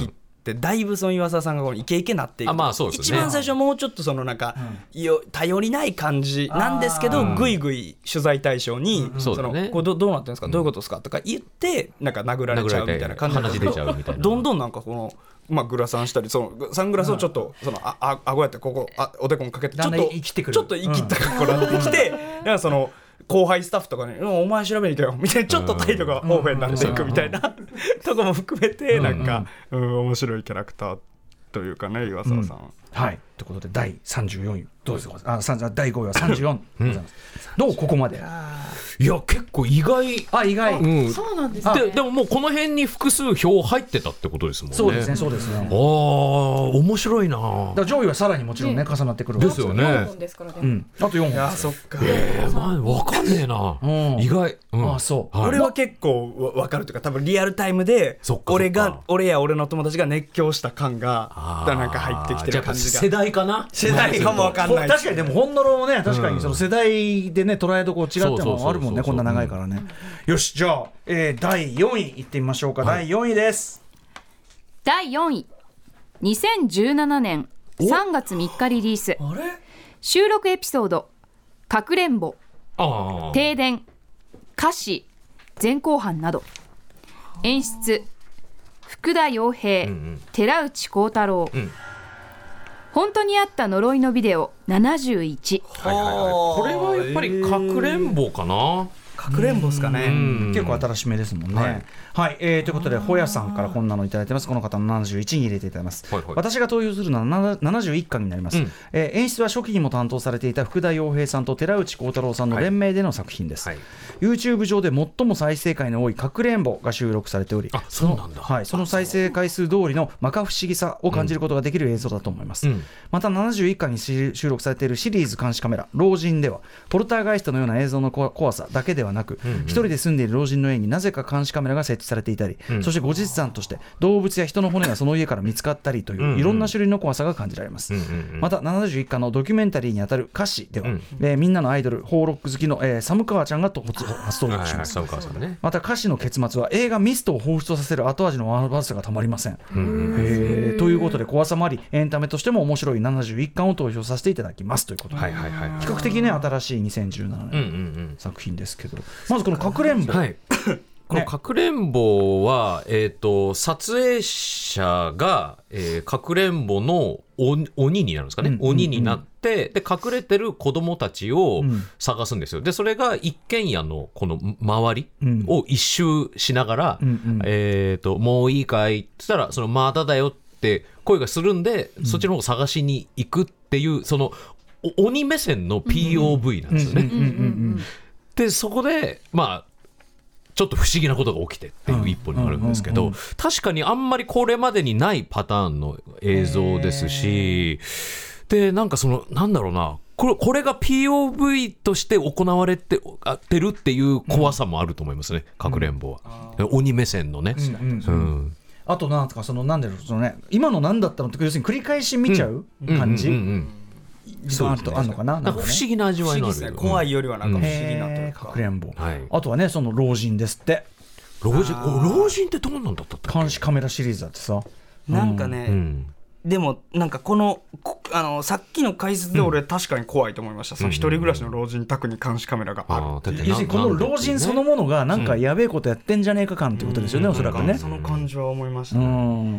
ってだいぶその岩沢さんがこのイケイケなっていく、 あ、まあそうですね、 一番最初はもうちょっとそのなんか、うん、よ頼りない感じなんですけど、ぐいぐい取材対象に、うん、そのね、これ ど, どうなってるんですか、うん、どういうことですかとか言ってなんか殴られちゃうみたいな感じで話出ちゃうみたいな、 どんどんなんかこのまあ、グラサンしたりそのサングラスをちょっとそのああ顎やってここあおでこにかけてちょっと生きてくるちょっと生きった格好になってきて、うん、なんかその後輩スタッフとかに、うん、お前調べに行けよみたいなちょっと態度がオープンになっていくみたいな、うん、とかも含めてなんか、うんうん、面白いキャラクターというかね岩沢さん、うん、 はいということでだいさんじゅうよんいどうですか、あだいごいはさんじゅうよんございます、うん、どうここまで。 いや結構意外、 あ意外、 うん、そうなんですね。 で, でももうこの辺に複数票入ってたってことですもんね。 そうですねそうですね。 ああ面白いな。だから上位はさらにもちろんね、重なってくるですよね。 よんほんですからね、 うん、あとよんほん。いやそっか、 えーまあ、分かんねえな、うん、意外、うん、 あそう、 はい、俺は結構分かるというか多分リアルタイムで俺が俺や俺の友達が熱狂した感がなんか入ってきてる感じが。 世代かな、 世代かも分かんない。 確かにでもほんのろもね確かにその世代でね捉えどころ違ってもあるもんね、こんな長いからね、うん、よしじゃあ、えー、だいよんいいってみましょうか、はい、だいよんいです。 だいよんいにせんじゅうななねんさんがつみっかリリース、 あれ収録エピソードかくれんぼ、 あ停電、歌詞、前後半など、演出福田陽平、うんうん、寺内幸太郎、うん、本当にあった呪いのビデオななじゅういち、 はいはいはい、これはやっぱりかくれんぼかな、 かくれんぼですかね、 結構新しめですもんね。はい、はいえー、ということでほやさんからこんなのいただいてます。この方のななじゅういちに入れていただきます、はいはい、私が投票するのはななじゅういっかんになります、うんえー、演出は初期にも担当されていた福田陽平さんと寺内幸太郎さんの連名での作品です、はいはい、YouTube 上で最も再生回の多いかくれんぼが収録されており、 あそうなんだ、 はい、その再生回数通りの摩訶不思議さを感じることができる映像だと思います、うん、またななじゅういっかんに収録されているシリーズ監視カメラ老人ではポルターガイストのような映像の怖さだけではなく、うんうん、一人で住んでいる老人の家になぜか監視カメラが設置されていたり、うん、そして後日談として動物や人の骨がその家から見つかったりといういろんな種類の怖さが感じられます、うんうん、またななじゅういっかんのドキュメンタリーにあたる歌詞では、うんえー、みんなのアイドルホーロック好きの、えー、寒川ちゃんが初登場します、はいはいね、また歌詞の結末は映画ミストを彷彿とさせる後味の悪さがたまりません、うん、えー、ということで怖さもありエンタメとしても面白いななじゅういっかんを投票させていただきますということで、はいはいはいはい、比較的ね新しいにせんじゅうななねん、うんうんうん、作品ですけど、まずこのかくれんぼ、はいこのかくれんぼは、えーと、撮影者が、えー、かくれんぼの鬼になるんですかね、うんうんうん、鬼になってで隠れてる子供たちを探すんですよ。でそれが一軒家のこの周りを一周しながら、うんうんえーと、もういいかいって言ったらそのまだだよって声がするんで、うん、そっちの方を探しに行くっていうその鬼目線の ピーオーブイ なんですよね。でそこでまあちょっと不思議なことが起きてっていう一歩になるんですけど、確かにあんまりこれまでにないパターンの映像ですし、でなんかそのなんだろうなこれ、これが ピーオーブイ として行われててるっていう怖さもあると思いますね、かくれんぼは、うん、鬼目線のね、うんうんうん、 あとなんですかそのなんだろうそのね今のなんだったのって要するに繰り返し見ちゃう感じ、うんうんうんうんそうあるのかな、なんか不思議な味わいのある、 ね、怖いよりはなんか不思議なというか、 かくれんぼ、はい、あとはねその老人ですって。 老人老人ってどうなんだったっけ。 監視カメラシリーズだってさなんかね、うん、でもなんかこのあのさっきの解説で俺確かに怖いと思いました、うん、その一人暮らしの老人宅に監視カメラがある、うん、 要するにこの老人そのものがなんかやべえことやってんじゃねえか感ってことですよね、うん、おそらくねその感じは思いましたね、うん、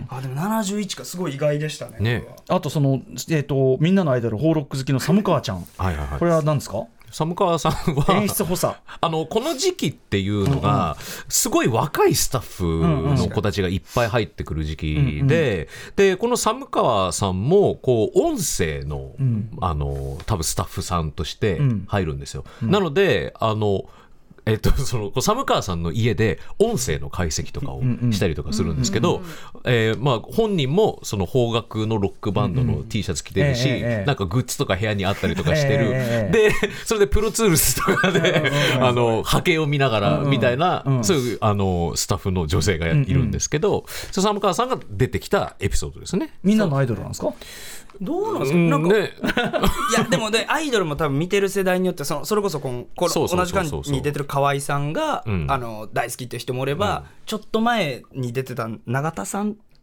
あでもななじゅういちかすごい意外でした ね, ねあとその、えー、とみんなのアイドルホーロック好きの寒川ちゃんはいはい、はい、これは何ですか。 寒川さんは演出補佐あのこの時期っていうのがすごい若いスタッフの子たちがいっぱい入ってくる時期で、でこの寒川さんもこう音声の、あの多分スタッフさんとして入るんですよ、なのであのえっと、その寒川さんの家で音声の解析とかをしたりとかするんですけど、えーまあ、本人もその邦楽のロックバンドの T シャツ着てるし、なんかグッズとか部屋にあったりとかしてる、でそれでプロツールスとかであの波形を見ながらみたいな、そういうあのスタッフの女性がいるんですけど、寒川さんが出てきたエピソードですね。 みんなのアイドルなんですか。 どうなんですか、なんか、ね、いやでもでアイドルも多分見てる世代によってそのそれこそこのこ同じ間に出てる河合さんが、うん、あの大好きっていう人もおれば、うん、ちょっと前に出てた永田さん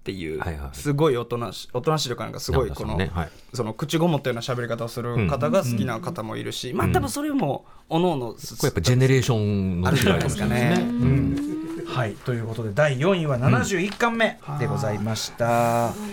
っていう、 はいはい、 すごいおとなしおとなしいとかなんかすごいこの、ねはい、その口ごもったような喋り方をする方が好きな方もいるし、うん、まあ多分それもおのおの、うん、これやっぱジェネレーションの違いですかね。うんうん、はいということでだいよんいはななじゅういっかんめでございました。 うん、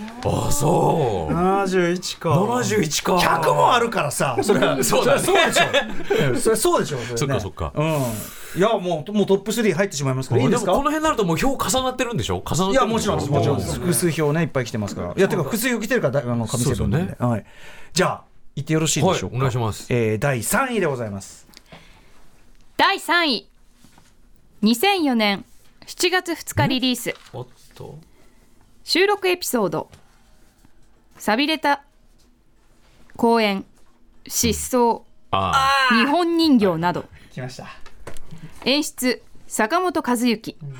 あそうななじゅういちかななじゅういちかひゃくもあるからさそれはそうだ、ね、それはそうでしょそれはそうでしょそれ、ね、 そっかそっか、 うんいやもうもうトップスリー入ってしまいますからいいですか。 でもこの辺になるともう票重なってるんでしょ。重なってるんでしょ。いやもちろんですもちろんです複数票ねいっぱい来てますから。いやてか複数票来てるからあの上瀬戸なんで、はい、じゃあ言ってよろしいでしょうか。 はい、お願いします。 えー、だいさんいでございます。 だいさんいにせんよねんしちがつふつかリリース、 おっと収録エピソード寂れた公演失踪、うん、あ日本人形など来ました。 演出坂本和之、うん、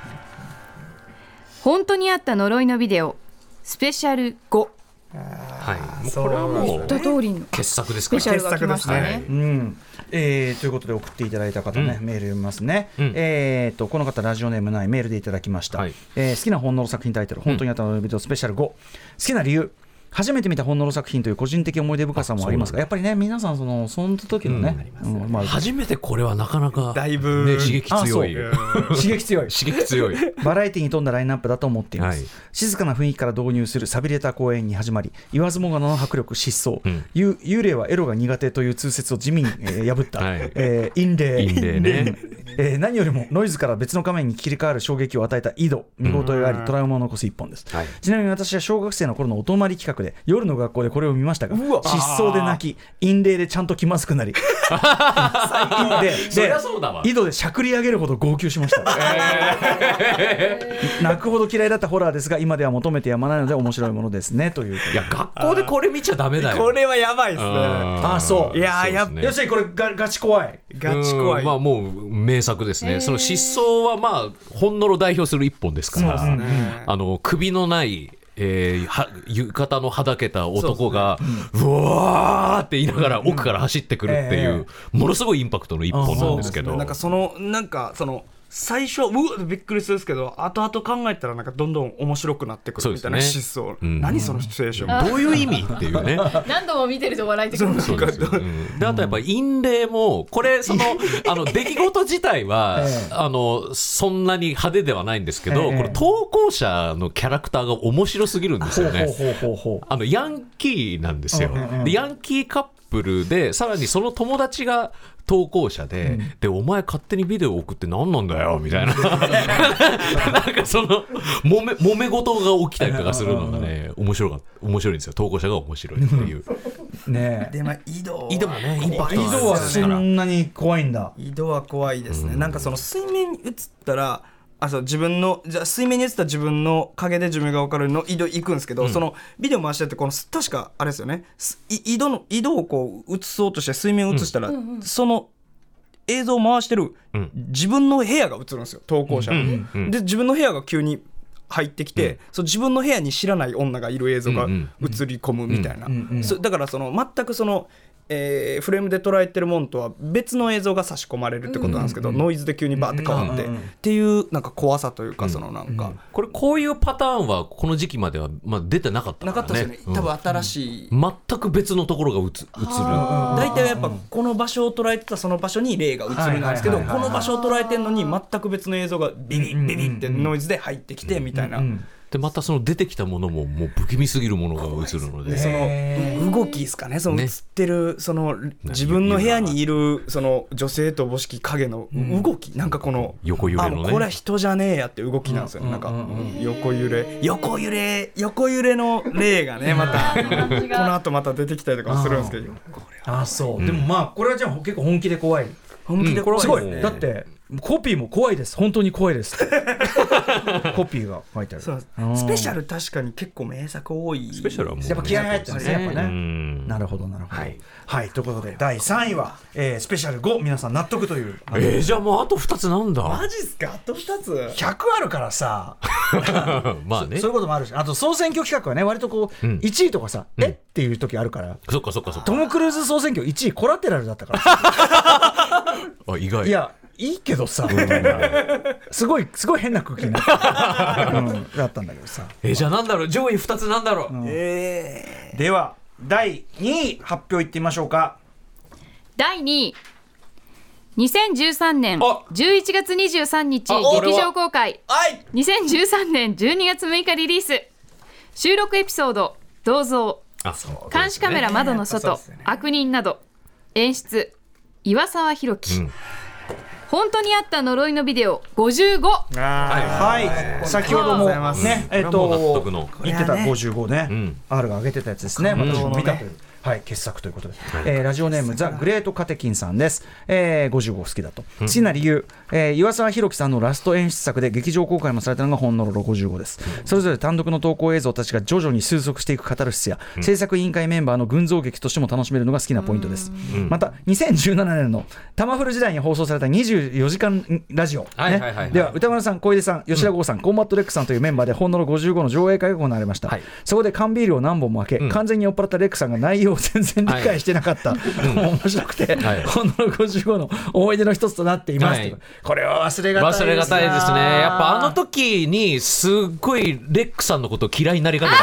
本当にあった呪いのビデオスペシャルご、 はい、これはもう言った通りの傑作ですからスペシャルが来ましたね、はいうんえー、ということで送っていただいた方ね、うん、メール読みますね、うんえー、とこの方ラジオネームないメールでいただきました、はいえー、好きな本能作品タイトル本当にあった呪いのビデオスペシャルご、好きな理由初めて見た本能作品という個人的思い出深さもありますがやっぱりね皆さんそのその時のね、 うんうんまあ、初めてこれはなかなかだいぶ、 ね、刺激強い刺激強い刺激強いバラエティに富んだラインナップだと思っています、はい、静かな雰囲気から導入する寂れた公演に始まり言わずもがなの迫力失踪、うん、幽霊はエロが苦手という通説を地味に、えー、破った、はいえー、陰霊、 陰霊ねえー、何よりもノイズから別の画面に切り替わる衝撃を与えた井戸見事がありトラウマを残す一本です、はい、ちなみに私は小学生の頃のお泊まり企画で夜の学校でこれを見ましたが失踪で泣き陰霊でちゃんと気まずくなり最近でそりゃそうだわ井戸でしゃくり上げるほど号泣しました、えー、泣くほど嫌いだったホラーですが今では求めてやまないので面白いものですねという。 いや学校でこれ見ちゃダメだよ。 これはやばいですね。 ああそういややっ要するにこれガガチ怖いガチ怖い。 まあもう名作ですね。その失踪はまあ本能を代表する一本ですから、ね、あの首のないえー、は浴衣のはだけた男が う,、ねうん、うわーって言いながら奥から走ってくるっていう、うん、ものすごいインパクトの一本なんですけど、 ね、なんかそのなんかその最初うわっびっくりするんですけど後々考えたらなんかどんどん面白くなってくるみたいな失踪、ねうん、何そのシチュエーションどういう意味っていうね何度も見てると笑えてくる。 そうですよ、うん、であとやっぱ陰霊もこれそのあの出来事自体は、ええ、あのそんなに派手ではないんですけど、ええ、これ投稿者のキャラクターが面白すぎるんですよね。あのヤンキーなんですよ、ええ、でヤンキーカップルでさらにその友達が投稿者 で,、うん、でお前勝手にビデオ送って何なんだよみたいななんかそのもめ揉め事が起きたりとかするのがね面白が面白いんですよ。投稿者が面白いっていうねで、まあ、井戸井戸もねインパクト井戸はそんなに怖いんだ。 井戸は怖いですね、うん、なんかその水面に映ったらあそう自分のじゃ水面に映った自分の影で自分が分かるの井戸行くんですけど、うん、そのビデオ回してってこの確かあれですよね井戸の井戸をこう映そうとして水面を映したら、うん、その映像を回してる、うん、自分の部屋が映るんですよ投稿者、うんうんうん、で自分の部屋が急に入ってきて、うん、そう自分の部屋に知らない女がいる映像が映り込むみたいな、うんうんうん、そだからその全くそのえー、フレームで捉えてるものとは別の映像が差し込まれるってことなんですけど、うんうん、ノイズで急にバーって変わって、うんうん、っていうなんか怖さというか、うん、そのなんか、 うん、これこういうパターンはこの時期までは、まあ、出てなかったからね。 なかったですよね、多分新しい、 うん、全く別のところが映、映る。 大体やっぱこの場所を捉えてたその場所に霊が映るなんですけど、この場所を捉えてるのに全く別の映像がビビッビビッってノイズで入ってきてみたいな、うんうんうんでまたその出てきたものももう不気味すぎるものが映るので、 その動きですかね、その映ってるその自分の部屋にいるその女性とおぼしき影の動き、なんかこの横揺れのね、 あこれは人じゃねえやって動きなんですよ、なんか横揺れ横揺れ横揺れの霊がねまたこの後また出てきたりとかもするんですけど、 あそう、でもまあこれはじゃあ結構本気で怖い。 本気で怖いですね。 だってコピーも怖いです、本当に怖いですコピーが書いてある。 そうスペシャル確かに結構名作多い。 スペシャルはもう、ね、 やっぱ気合い入ってますね、やっぱね。なるほどなるほど、はい、はい、ということでだいさんいは、えー、スペシャルご、皆さん納得という。 えー、じゃあもうあとふたつなんだ。 マジっすか、あとふたつひゃくあるからさまあね、 そ, そういうこともあるし、あと総選挙企画はね割とこう、うん、いちいとかさ、うん、えっていう時あるから。 そっかそっかそっか。 トム・クルーズ総選挙いちいコラテラルだったからあ意外。 いやいいけどさみたいなすごいすごい変な空気になった、うん、だったんだけどさえじゃあなんだろう上位ふたつなんだろう、うん、 えー、ではだいにい発表いってみましょうか。 だいにいにせんじゅうさんねんじゅういちがつにじゅうさんにち劇場公開、にせんじゅうさんねんじゅうにがつむいかリリース、収録エピソード銅像、監視カメラ窓の外、ね、悪人など、演出岩沢弘樹、うん、本当にあった呪いのビデオごじゅうご。 はいはい、先ほどもねえっと言ってたごじゅうごね、うん、R が上げてたやつですね、私も見たという、はい、傑作ということで、はいえー、ラジオネームザ・グレートカテキンさんです、えー、ごじゅうご好きだと、うん、好きな理由、えー、岩沢弘樹さんのラスト演出作で劇場公開もされたのがほんのろろごじゅうごです、うん、それぞれ単独の投稿映像たちが徐々に収束していくカタルシスや、うん、制作委員会メンバーの群像劇としても楽しめるのが好きなポイントです、うん、またにせんじゅうななねんのタマフル時代に放送されたにじゅうよじかんラジオ、ね、では歌丸さん、小出さん、吉田剛さん、うん、コンバットレックさんというメンバーでほんのろごじゅうごの上映会が行われました、はい、そこで缶ビールを何本も開け、うん、完全に酔っ払ったレックさんが内容を全然理解してなかった、はい、面白くて、はい、ほんのろごじゅうごの思い出の一つとなっています、はい、これは忘れがたいです忘れがたいですね。やっぱあの時にすっごいレックさんのことを嫌いになりかけた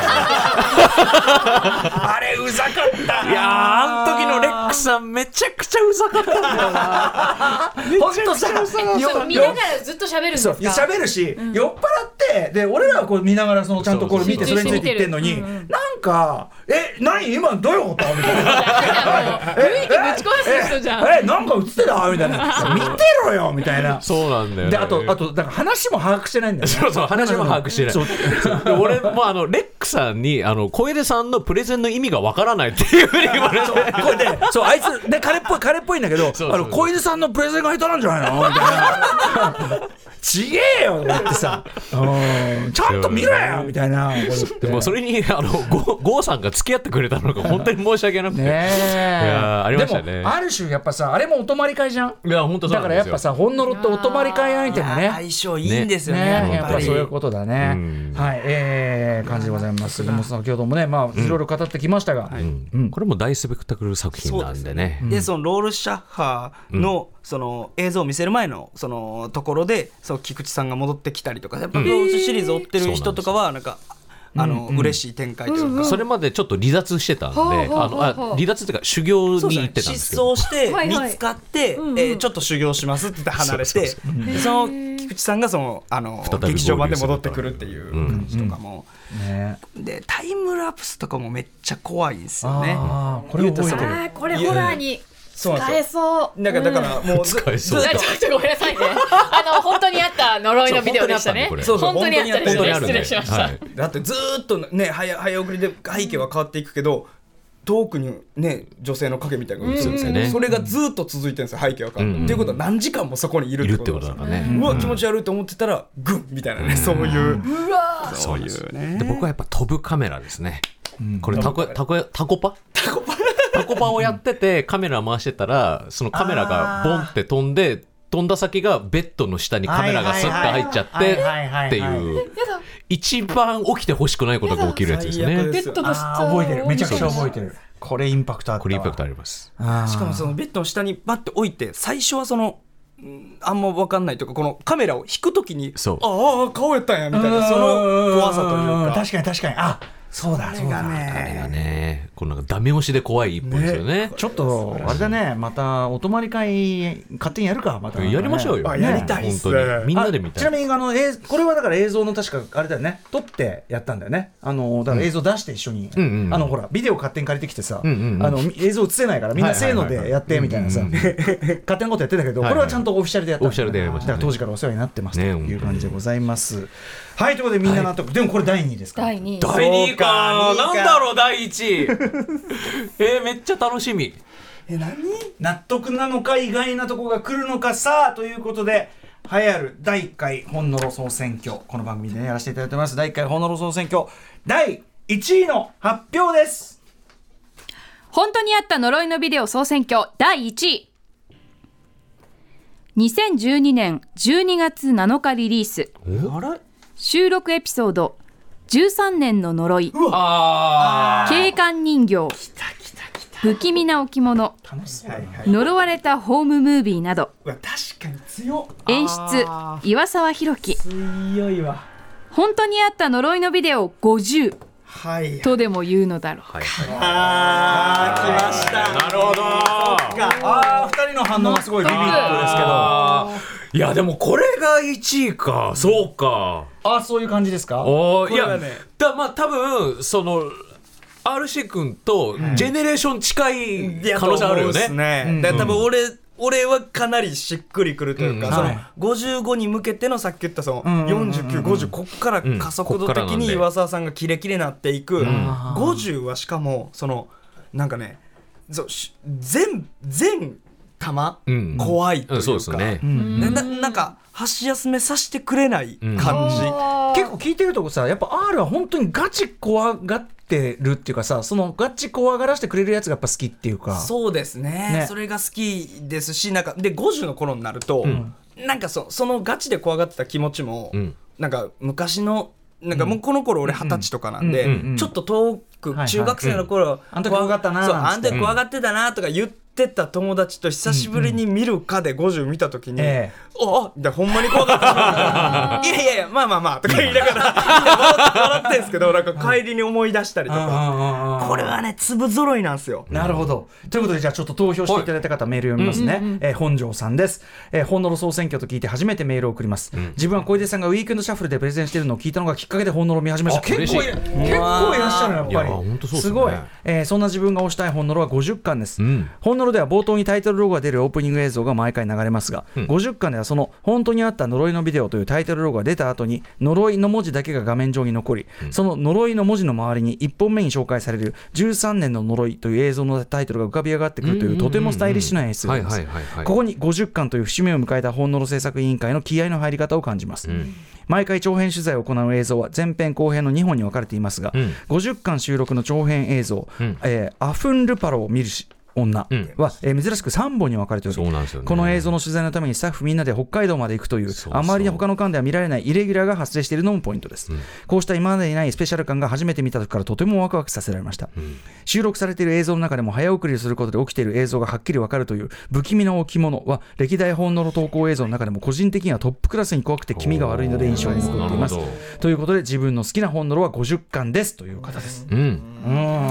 あれうざかったいやあの時のレックさんめちゃくちゃうざかったんだよなほんとさ見ながらずっと喋るんですか。 喋るし、うん、酔っ払ってで俺らはこう見ながらそのちゃんとこれ見てそれについて言ってんのに、うんうん、なんかえ何今どういうことみたいな雰囲気ぶち壊す人じゃん。 ええなんか映ってたみたいな見てろよみたいな。 そうなんだよ、ね、 であとあとだから話も把握してないんだよね。 そうそう話も把握してない。そうで俺もあのレックさんにあの小出さんのプレゼンの意味がわからないっていうふうに言われてこれでそうあいつね彼っぽい彼っぽいんだけどそうそうそうあの小出さんのプレゼンが下手なんじゃないのみたいなちげえよってさちゃんと見ろよみたいな。 でもそれにあのゴーさんが付き合ってくれたのが本当に申し訳なくてねいやありましたね。 でもある種やっぱさあれもお泊まり会じゃん。 いや本当そうなんですよ。 だからやっぱさほんのろってお泊まり会相手もね相性いいんですよね。 ねねやっぱそういうことだね、うん、はいえー、感じでございます。でも先ほどもねまあいろいろ語ってきましたが、 うんうん、これも大スペクタクル作品なんでね。 でそのロールシャッハーの、うんその映像を見せる前のそのところでそう菊池さんが戻ってきたりとかやっぱロールシリーズ追ってる人とかはなんかあの、うん、嬉しい展開というか、 それまでちょっと離脱してたんで、あのあ離脱っていうか修行に行ってたんですけど、 失踪して見つかって、はいはいえー、ちょっと修行しますって言って離れて、そうそうそう、でその菊池さんがそのあの劇場版で戻ってくるっていう感じとかも、うんね、でタイムラプスとかもめっちゃ怖いんですよね。 あこれ覚えてる。 あこれホラーに使えそう。 だからだからもうずっとちょっとごめんなさいね。あの本当にあった呪いのビデオでしたね。 そうそう本当にあったですね。失礼しました。 だってずっとね早早送りで背景は変わっていくけど。遠くにね女性の影みたいなのが映るんですよね、うんうん、それがずっと続いてるんですよ背景は変わって、うんうん、っていうことは何時間もそこにいるってことだからね、うわ気持ち悪いと思ってたらグンみたいなね、うん、そういううわそういうね。で僕はやっぱ飛ぶカメラですね、うん、これタコタコタコパタコパタコパをやっててカメラ回してたらそのカメラがボンって飛んで飛んだ先がベッドの下にカメラがスッと入っちゃってっていう一番起きてほしくないことが起きるやつですね。 ベッドの下覚えてるめちゃくちゃ覚えてる。これインパクトあった。 これインパクトあります。 しかもそのベッドの下にバッて置いて最初はそのあんま分かんないというかこのカメラを引くときにああ顔やったんやみたいなその怖さというか確かに確かにあそうだそうだねあれがねこのなんかダメ押しで怖い一本ですよね。 ねちょっとあれだねまたお泊まり会勝手にやるかまた、ね、 やりましょうよ、 ね、やりたいっす本当にみんなで見たい。 ちなみにあのこれはだから映像の確かあれだよね撮ってやったんだよね。あのだから映像出して一緒に、うんうん、あのほらビデオ勝手に借りてきてさ、うんうんうん、あの映像映せないからみんなせーのでやってみたいなさ勝手なことやってたけど、はいはい、これはちゃんとオフィシャルでやったんだ、ね、 オフィシャルでやりましたね。 だから当時からお世話になってますという感じでございます、ね、はいということでみんな納得、はい、でもこれだいにいですか。 だいにいだいにいかなんだろうだいいちいえー、めっちゃ楽しみ。 え何納得なのか意外なとこが来るのかさあということで栄えあるだいいっかいほんのろ総選挙この番組で、ね、やらせていただいてますだいいっかいほんのろ総選挙だいいちいの発表です。 本当にあった呪いのビデオ総選挙だいいちいにせんじゅうにねんじゅうにがつなのかリリース収録エピソードじゅうさんねんの呪いあ警官人形きたきたきた不気味な置物、 楽しそう、はいはい、 呪われたホームムービーなど、 うわ確かに強っ、 演出岩沢弘樹、 強いわ、 本当にあった呪いのビデオごじゅう、 はい、 とでも言うのだろうか、 はいはい、 あー来ました、 なるほど、 あーふたりの反応がすごいビビッドですけど、 いやでもこれがいちいか、そうか、 あ、そういう感じですか。 おいや、 これはね、 だまあ多分その アールシー 君とジェネレーション近い可能性あるよね。 うん、ね、うん、だから多分俺、俺はかなりしっくりくるというか、うん、そのごじゅうごに向けてのさっき言ったそのよんじゅうきゅう、ごじゅう、こっから加速度的に岩沢さんがキレキレなっていく、うん、ごじゅうはしかもそのなんかね、全全玉、うん、怖いというか、うん、そうですね、うん、な, なんか箸休めさせてくれない感じ、うん、 結構聞いてるとさ、やっぱ R は本当にガチ怖がってるっていうかさ、そのガチ怖がらせてくれるやつがやっぱ好きっていうか。 そうです ね, ねそれが好きですし、なんかでごじゅうの頃になると、うん、なんか そ, そのガチで怖がってた気持ちも、うん、なんか昔のなんかもうこの頃俺二十歳とかなんで、うんうんうん、ちょっと遠く中学生の頃、はいはい、 あんた怖がったな、 そうあんた怖がってたなとか言ってた友達と久しぶりに見るかでごじゅう見たときに、うんうん、おでほんまに怖かったしいやいやいやまあまあまあとか言いながら笑ってんですけど、なんか帰りに思い出したりとか、これはね粒揃いなんですよ。 なるほど。ということでじゃあちょっと投票していただいた方、メール読みますね、うんうんうん、えー、本庄さんです、えー、本のろ総選挙と聞いて初めてメールを送ります、うん、自分は小出さんがウィークエンドシャッフルでプレゼンしているのを聞いたのがきっかけで本のろ見始めました。結構い結構いらっしゃるやっぱり。いや本当そうですね、すごい、えー、そんな自分が推したい本のろはごじゅっかんです、うん、本のろでは冒頭にタイトルロゴが出るオープニング映像が毎回流れますが、うん、ごじゅっかんではその本当にあった呪いのビデオというタイトルロゴが出た後に呪いの文字だけが画面上に残り、うん、その呪いの文字の周りにいっぽんめに紹介されるじゅうさんねんの呪いという映像のタイトルが浮かび上がってくるというとてもスタイリッシュな演出があります。ここにごじゅっかんという節目を迎えた本のろ制作委員会の気合の入り方を感じます、うん、毎回長編取材を行う映像は前編後編のにほんに分かれていますが、うん、ごじゅっかん収録の長編映像、うん、えー、アフンルパロを見るし女は、うん、えー、珍しくさんぼんに分かれており、そうなんですよね、この映像の取材のためにスタッフみんなで北海道まで行くという、そうそう、あまり他の間では見られないイレギュラーが発生しているのもポイントです、うん、こうした今までにないスペシャル感が初めて見た時からとてもワクワクさせられました、うん、収録されている映像の中でも早送りすることで起きている映像がはっきり分かるという不気味な置物は歴代本のろ投稿映像の中でも個人的にはトップクラスに怖くて気味が悪いので印象に残っています。ということで自分の好きな本のろはごじゅっかんですという方です、うんうん、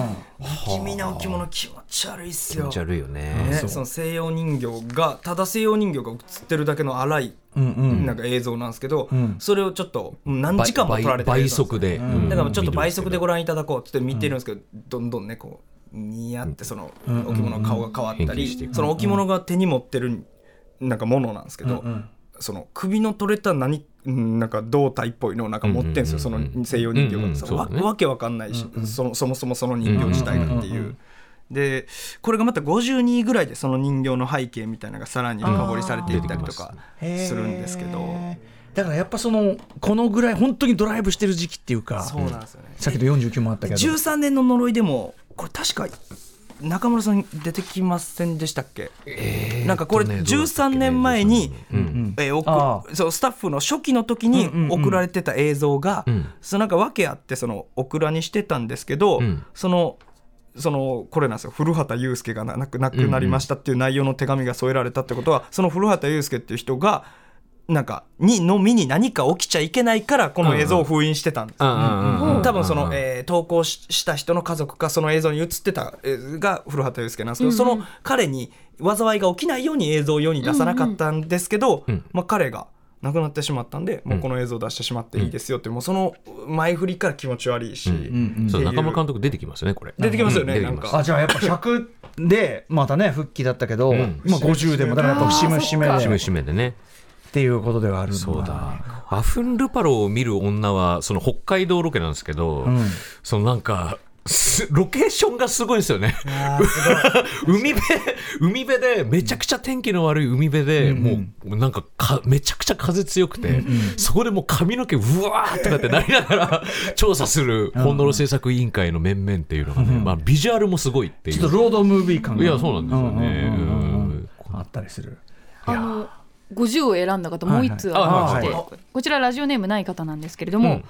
不気味な置物気持ち悪いっすよ。 気持ち悪いよね。 ね、そ, その西洋人形がただ西洋人形が映ってるだけの荒い、うんうん、なんか映像なんですけど、うん、それをちょっと何時間も撮られてる倍速で、うん、 だからちょっと倍速でご覧いただこうって見てるんですけど、うん、どんどんねこうにやってその置物の顔が変わったり、うんうんうん、その置物が手に持ってるなんかものなんですけど、うんうん、その首の取れた何なんか胴体っぽいのをなんか持ってんですよ、その西洋人形が、うんうん、その わ, ね、わけわかんないし、うんうん、そ, のそもそもその人形自体がっていう、うんうんうんうん、でこれがまたごじゅうにいぐらいでその人形の背景みたいなのがさらに深掘りされていったりとかするんですけど、 だからやっぱそのこのぐらい本当にドライブしてる時期っていうか、 そうなんですよね、 さっきのよんじゅうきゅうもあったけどじゅうさんねんの呪いでもこれ確か中村さん出てきませんでしたっけ、えー、なんかこれじゅうさんねんまえに、うんえー、そうスタッフの初期の時に送られてた映像が、うんうんうん、そのなんか訳あってそのオクラにしてたんですけど、うん、そのそのこれなんですよ、古畑祐介が亡くなりましたっていう内容の手紙が添えられたってことは、その古畑祐介っていう人がなんかにの身に何か起きちゃいけないからこの映像を封印してたんです。多分その、えー、投稿した人の家族かその映像に映ってたが古畑祐介なんですけど、その彼に災いが起きないように映像を世に出さなかったんですけど、まあ、彼が亡くなってしまったんで、もうこの映像を出してしまっていいですよって、もうその前振りから気持ち悪いし、うんうんうん、 そう中村監督出てきますよね、これ出てきますよね、うん、なんかあじゃあやっぱひゃくでまたね復帰だったけど、うん、まあ、ごじゅうでもだからやっぱ節目節目で節目節目でねっていうことではあるんだ。 そうだ、アフンルパロを見る女はその北海道ロケなんですけど、うん、そのなんかロケーションがすごいんですよね。海辺海辺でめちゃくちゃ天気の悪い海辺で、うん、もうなんかかめちゃくちゃ風強くて、うんうん、そこでもう髪の毛うわーとかってなりながら調査する本のろ制作委員会の面々っていうのがね、うん、まあ、ビジュアルもすごいっていう、 ちょっとロードムービー感が、 いやそうなんですよね、 あったりする。 あのごじゅうを選んだ方もう一通ありまして、はいはい、こちらラジオネームない方なんですけれども、うん、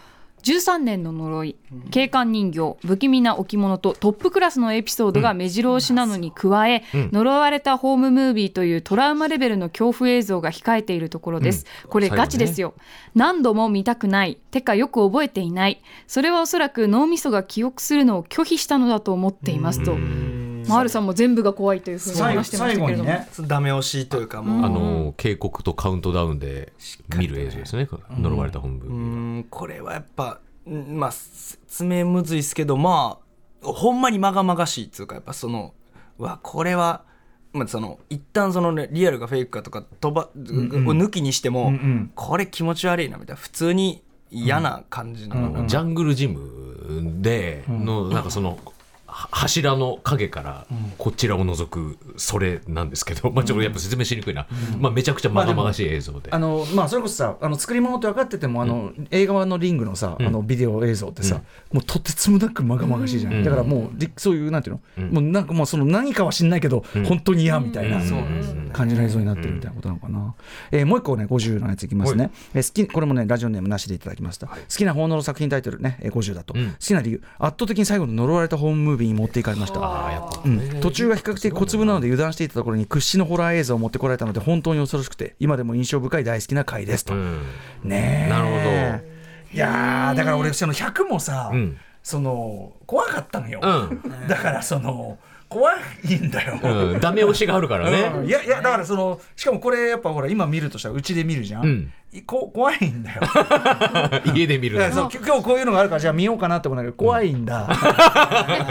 じゅうさんねんの呪い、警官人形、不気味な置物とトップクラスのエピソードが目白押しなのに加え、うん、呪われたホームムービーというトラウマレベルの恐怖映像が控えているところです、うん、これガチですよ、ね、何度も見たくない、てかよく覚えていない、それはおそらく脳みそが記憶するのを拒否したのだと思っていますと。マールさんも全部が怖いというふうに話してましたけれども、ね、 ダメ押しというかもう、 あの警告とカウントダウンで見る映像ですね、呪われた本部。 うんこれはやっぱまあ説明むずいですけど、まあほんまにまがまがしいっていうか、やっぱそのうわこれは、まあ、その一旦その、ね、リアルかフェイクかとか飛ば、うんうん、を抜きにしても、うんうん、これ気持ち悪いなみたいな、普通に嫌な感じの、うんうん、ジャングルジムでの、うん、なんかその柱の影からこちらを覗くそれなんですけど、まあ、ちょっとやっぱ説明しにくいな、うんまあ、めちゃくちゃまがまがしい映像で、 まあ、あのまあ、それこそさあの作り物って分かっててもあの、うん、映画のリングのさ、うん、あのビデオ映像ってさ、うん、もうとてつもなくまがまがしいじゃん、うん、だからもうそういうなんていうの、うん、もうなんかもうその何かは知んないけど、うん、本当に嫌みたいな感じの映像になってるみたいなことなのかな、うんえー、もう一個ねごじゅうのやついきますね、えー、好きこれもねラジオネームなしでいただきました、はい、好きな本の作品タイトルねごじゅうだと、うん、好きな理由圧倒的に最後の呪われたホームムービーに持っていかれました。あやっぱ、うん、途中は比較的小粒なので油断していたところに屈指のホラー映像を持ってこられたので本当に恐ろしくて今でも印象深い大好きな回ですと、うん、ねえなるほど。 いやだから俺そのひゃくもさ、うん、その怖かったのよ、うん、だからその怖いんだよ、 うん、ダメ押しがあるからね、 うん、いやいやだからそのしかもこれやっぱほら今見るとしたらうちで見るじゃん、うんこ怖いんだよ家で見るの今日こういうのがあるからじゃあ見ようかなって思うんだけど怖いんだ、うん、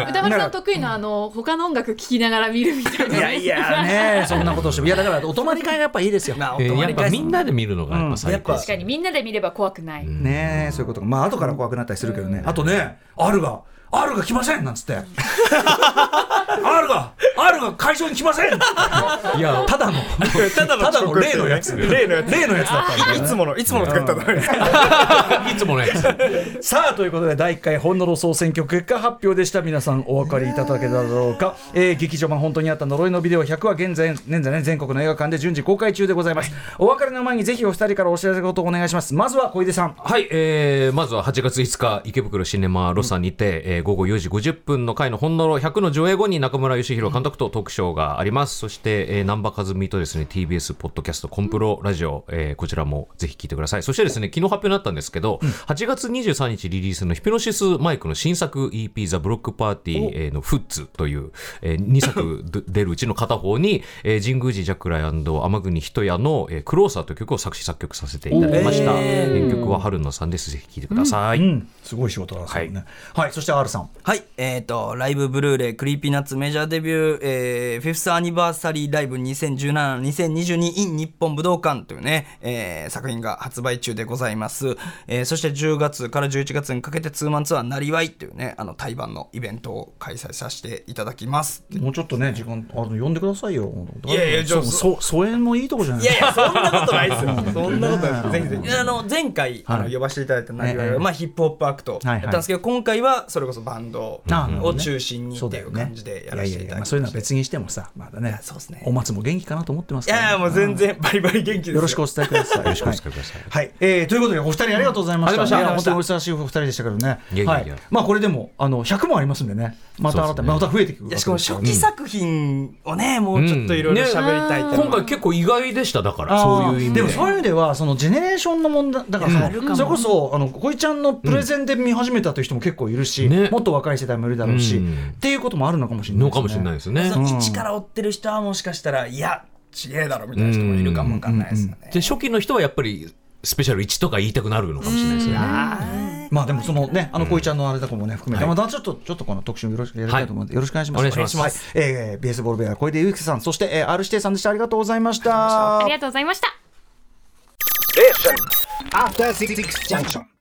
歌丸さん得意なあの他の音楽聴きながら見るみたいな、 いやいやねそんなことしてもいやだからお泊まり会がやっぱいいですよ、まあ、お泊まり会やっぱみんなで見るのがやっぱ最高、うん、 確かにみんなで見れば怖くない、うん、 ねそういうことがまあ後から怖くなったりするけどね、うん、あとね R が R が来ませんなんつってR が R が会場に来ませんいやただのただのただの例のやつ例のやつ例のやつだったんだ、ね、 いつものいつものとか言ったのいつものやつさあということでだいいっかい本のろ総選挙結果発表でした。皆さんお分かりいただけただろうか、えー、劇場版本当にあった呪いのビデオひゃくは現在現在、ね、全国の映画館で順次公開中でございます。お別れの前にぜひお二人からお知らせことをお願いします。まずは小出さん。 はい、えー、まずははちがついつか池袋シネマロサンにて、うんえー、午後よじごじゅっぷんの回の本のろひゃくの上映後に中村義弘監督とトークショーがあります。そして、えー、南波和美とですね ティービーエス ポッドキャストコンプロラジオ、えー、こちらもぜひ聞いてください。そしてですね昨日発表になったんですけど、うん、はちがつにじゅうさんにちリリースのヒプノシスマイクの新作 イーピー ザ・ブロックパーティー、えー、のフッツという、えー、にさく出るうちの片方に、えー、神宮寺ジャクライ&天国人也の、えー、クローサーという曲を作詞作曲させていただきました。編曲は春野さんです。ぜひ聴いてください、 うんうん、すごい仕事なんですよね、はいはい、そして R さん。 はい、えーとライブブルーレイクリーピーナッツメジャーデビュー、えー、フィフスアニバーサリーライブにせんじゅうなな にせんにじゅうに in 日本武道館というね、えー、作品が発売中でございます、えー、そしてじゅうがつからじゅういちがつにかけてツーマンツアーなりわいというねあの対バンのイベントを開催させていただきます。 もうちょっとね時間あの呼んでくださいよ。 いやいやそそ疎遠もいいとこじゃないいやいやそんなことないですよそんなことないぜひぜひあの前回あの、はい、呼ばせていただいたなりわいは、まあ、ヒップホップアクトやったんですけど、はいはい、今回はそれこそバンドを中心にっていう感じでやらせていただきました。いやいやいやそういうのは別にしてもさまだね、そうですねお松も元気かなと思ってますから、 ね、いやもう全然バリバリ元気ですよ。 よろしくお伝えください。よろしくお伝えください。はい、はいえー、ということでお二人ありがとうございました。うん、いや本当にお忙しいお二人でしたけどね。いやいやいや、はい、まあこれでもあのひゃくもありますんでね。また新たに、ね、また増えていく。いやしかも初期作品をね、うん、もうちょっといろいろ喋りたいって、 うんね、今回結構意外でしただからそういう意味で。でもそういう意味ではそのジェネレーションの問題だから、うん、それこそあのこいちゃんのプレゼンで見始めたという人も結構いるし、うんね、もっと若い世代もいるだろうし、うん、っていうこともあるのかもしれないですね。のかもしれないですね。 その一から追ってる人はもしかしたらいやちげえだろみたいな人もいるかもわかんないですよね。 で初期の人はやっぱりスペシャルいちとか言いたくなるのかもしれないですよね。 まあでもそのねあのこいちゃんのあれとかもね含めて、はい、またちょっとちょっとこの特集よろしくやりたいと思うので、はい、よろしくお願いします。 お願いします。 はい、えー、ベースボールベア小出祐介さんそして、えー、R 指定さんでした。ありがとうございました。 ありがとうございました。 After Six Junction